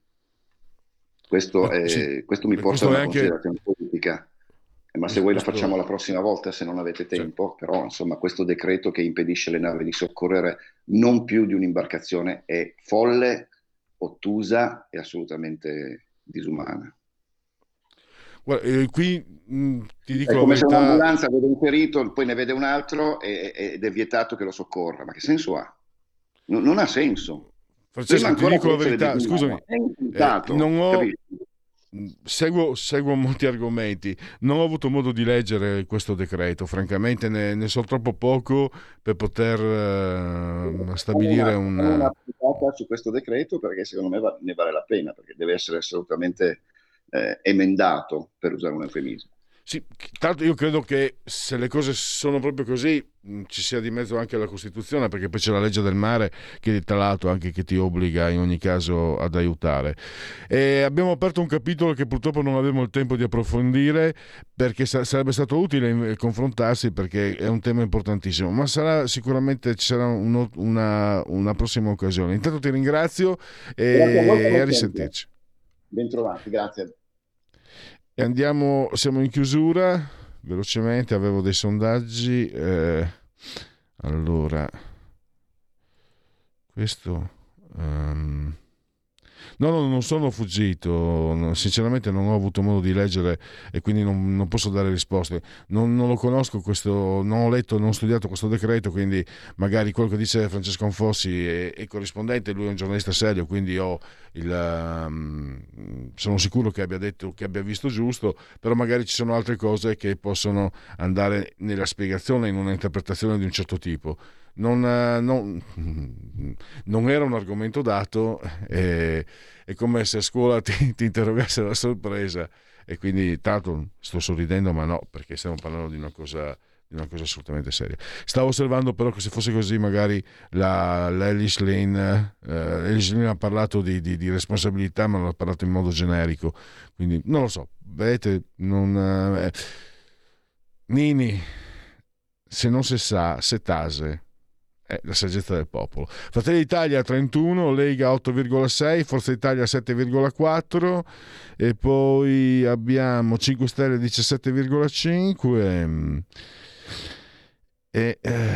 Questo, è, sì, questo mi porta a una anche... considerazione politica. Ma se vuoi la facciamo la prossima volta, se non avete tempo, sì. Però insomma questo decreto che impedisce alle navi di soccorrere non più di un'imbarcazione è folle, ottusa e assolutamente disumana. Guarda, eh, qui mh, ti dico è come la verità... se un'ambulanza vede un ferito, poi ne vede un altro e, ed è vietato che lo soccorra. Ma che senso ha? No, non ha senso. Francesco, ti dico la verità, scusami, eh, non ho... Capito? Seguo, seguo molti argomenti, non ho avuto modo di leggere questo decreto, francamente ne, ne so troppo poco per poter uh, stabilire un... una puntata su questo decreto, perché secondo me va, ne vale la pena, perché deve essere assolutamente eh, emendato, per usare un eufemismo. Sì, tanto io credo che se le cose sono proprio così ci sia di mezzo anche la Costituzione, perché poi c'è la legge del mare che tra l'altro anche che ti obbliga in ogni caso ad aiutare. E abbiamo aperto un capitolo che purtroppo non avremo il tempo di approfondire, perché sarebbe stato utile confrontarsi, perché è un tema importantissimo, ma sarà sicuramente ci sarà uno, una, una prossima occasione. Intanto ti ringrazio e a, a risentirci. Ben trovati, grazie. E andiamo, siamo in chiusura, velocemente avevo dei sondaggi, eh, allora, questo, um, no, no, non sono fuggito, sinceramente non ho avuto modo di leggere e quindi non, non posso dare risposte, non, non lo conosco questo, non ho letto, non ho studiato questo decreto, quindi magari quello che dice Francesco Anfossi è, è corrispondente, lui è un giornalista serio, quindi ho il, um, sono sicuro che abbia detto, che abbia visto giusto, però magari ci sono altre cose che possono andare nella spiegazione, in una interpretazione di un certo tipo. Non, non, non era un argomento dato, è, è come se a scuola ti, ti interrogassero a sorpresa e quindi tanto sto sorridendo, ma no, perché stiamo parlando di una cosa di una cosa assolutamente seria. Stavo osservando però che se fosse così magari la, la Elish Lane, eh, Elish Lane ha parlato di, di, di responsabilità, ma l'ha parlato in modo generico, quindi non lo so, vedete, non, eh, Nini, se non si sa, se tase, è la saggezza del popolo. Fratelli d'Italia trentuno, Lega otto virgola sei, Forza Italia sette virgola quattro e poi abbiamo cinque Stelle diciassette virgola cinque e eh,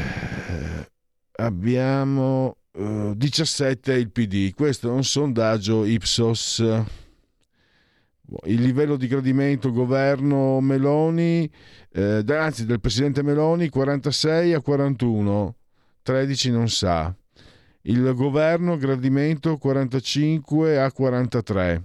abbiamo eh, diciassette il P D. Questo è un sondaggio Ipsos. Il livello di gradimento governo Meloni, eh, anzi del presidente Meloni, quarantasei a quarantuno, tredici non sa. Il governo gradimento quarantacinque a quarantatré.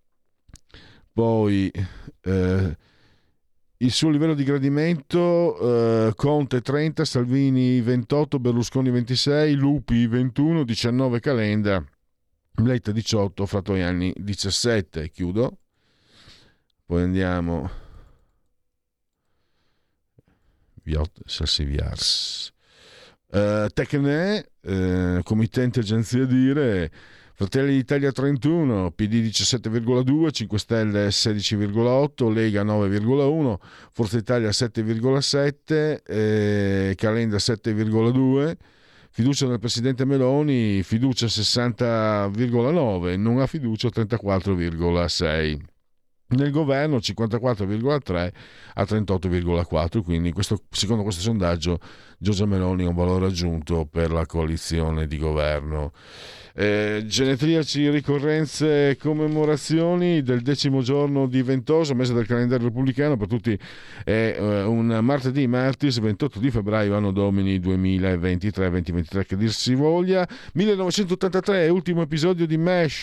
Poi eh, il suo livello di gradimento, eh, Conte trenta, Salvini ventotto, Berlusconi ventisei, Lupi ventuno, diciannove Calenda, Letta diciotto, Fratoianni diciassette. Chiudo. Poi andiamo Viot Salsiviars. Uh, Tecne, uh, committente agenzia dire, Fratelli d'Italia trentuno, P D diciassette virgola due, cinque Stelle sedici virgola otto, Lega nove virgola uno, Forza Italia sette virgola sette, eh, Calenda sette virgola due, fiducia del presidente Meloni, fiducia sessanta virgola nove, non ha fiducia trentaquattro virgola sei. Nel governo cinquantaquattro virgola tre a trentotto virgola quattro, quindi questo, secondo questo sondaggio Giorgia Meloni ha un valore aggiunto per la coalizione di governo. Eh, genetriaci, ricorrenze, commemorazioni del decimo giorno di Ventoso, mese del calendario repubblicano, per tutti è eh, un martedì martis ventotto di febbraio anno domini duemilaventitré duemilaventitré che dir si voglia. millenovecentottantatré, ultimo episodio di MASH.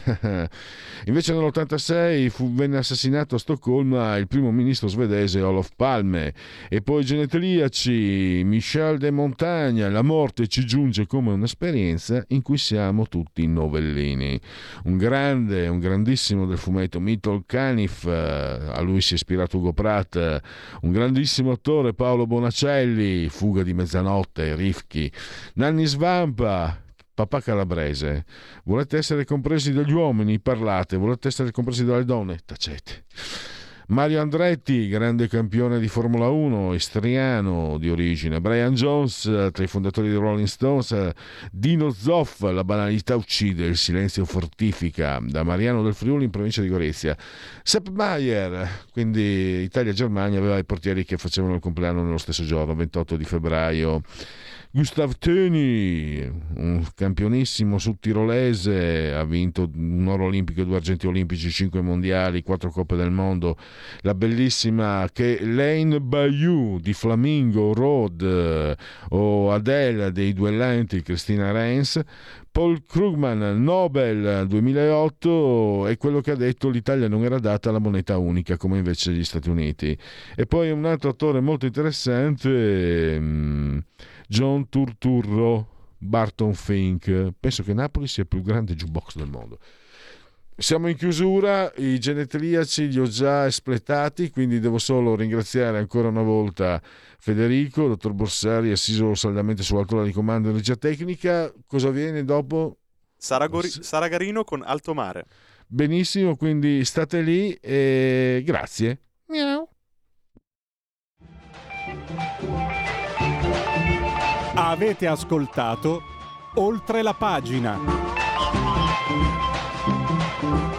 Invece nell'ottantasei fu, venne assassinato a Stoccolma il primo ministro svedese Olof Palme. E poi genetriaci, Michel de Montaigne, la morte ci giunge come un'esperienza in cui siamo tutti novellini. Un grande, un grandissimo del fumetto, Mitchell Caniff, a lui si è ispirato Ugo Pratt. Un grandissimo attore, Paolo Bonacelli, Fuga di mezzanotte, Rifchi. Nanni Svampa, Papà Calabrese. Volete essere compresi dagli uomini? Parlate. Volete essere compresi dalle donne? Tacete. Mario Andretti, grande campione di Formula uno, istriano di origine. Brian Jones, tra i fondatori di Rolling Stones. Dino Zoff, La banalità uccide, il silenzio fortifica, da Mariano del Friuli in provincia di Gorizia. Sepp Maier, quindi Italia-Germania, aveva i portieri che facevano il compleanno nello stesso giorno, ventotto di febbraio. Gustav Töni, un campionissimo sudtirolese, ha vinto un oro olimpico, due argenti olimpici, cinque mondiali, quattro coppe del mondo. La bellissima Lane Bayou di Flamingo Road, o Adele dei duellanti, Cristina Reins. Paul Krugman, Nobel duemilaotto, è quello che ha detto l'Italia non era data la moneta unica come invece gli Stati Uniti. E poi un altro attore molto interessante, John Turturro, Barton Fink. Penso che Napoli sia il più grande jukebox del mondo. Siamo in chiusura, i genetriaci li ho già espletati, quindi devo solo ringraziare ancora una volta Federico, dottor Borsari, assiso saldamente sull'altura di comando in regia tecnica. Cosa viene dopo? Saragori- Saragarino con Alto Mare. Benissimo, quindi state lì e grazie. Miau. Avete ascoltato Oltre la pagina.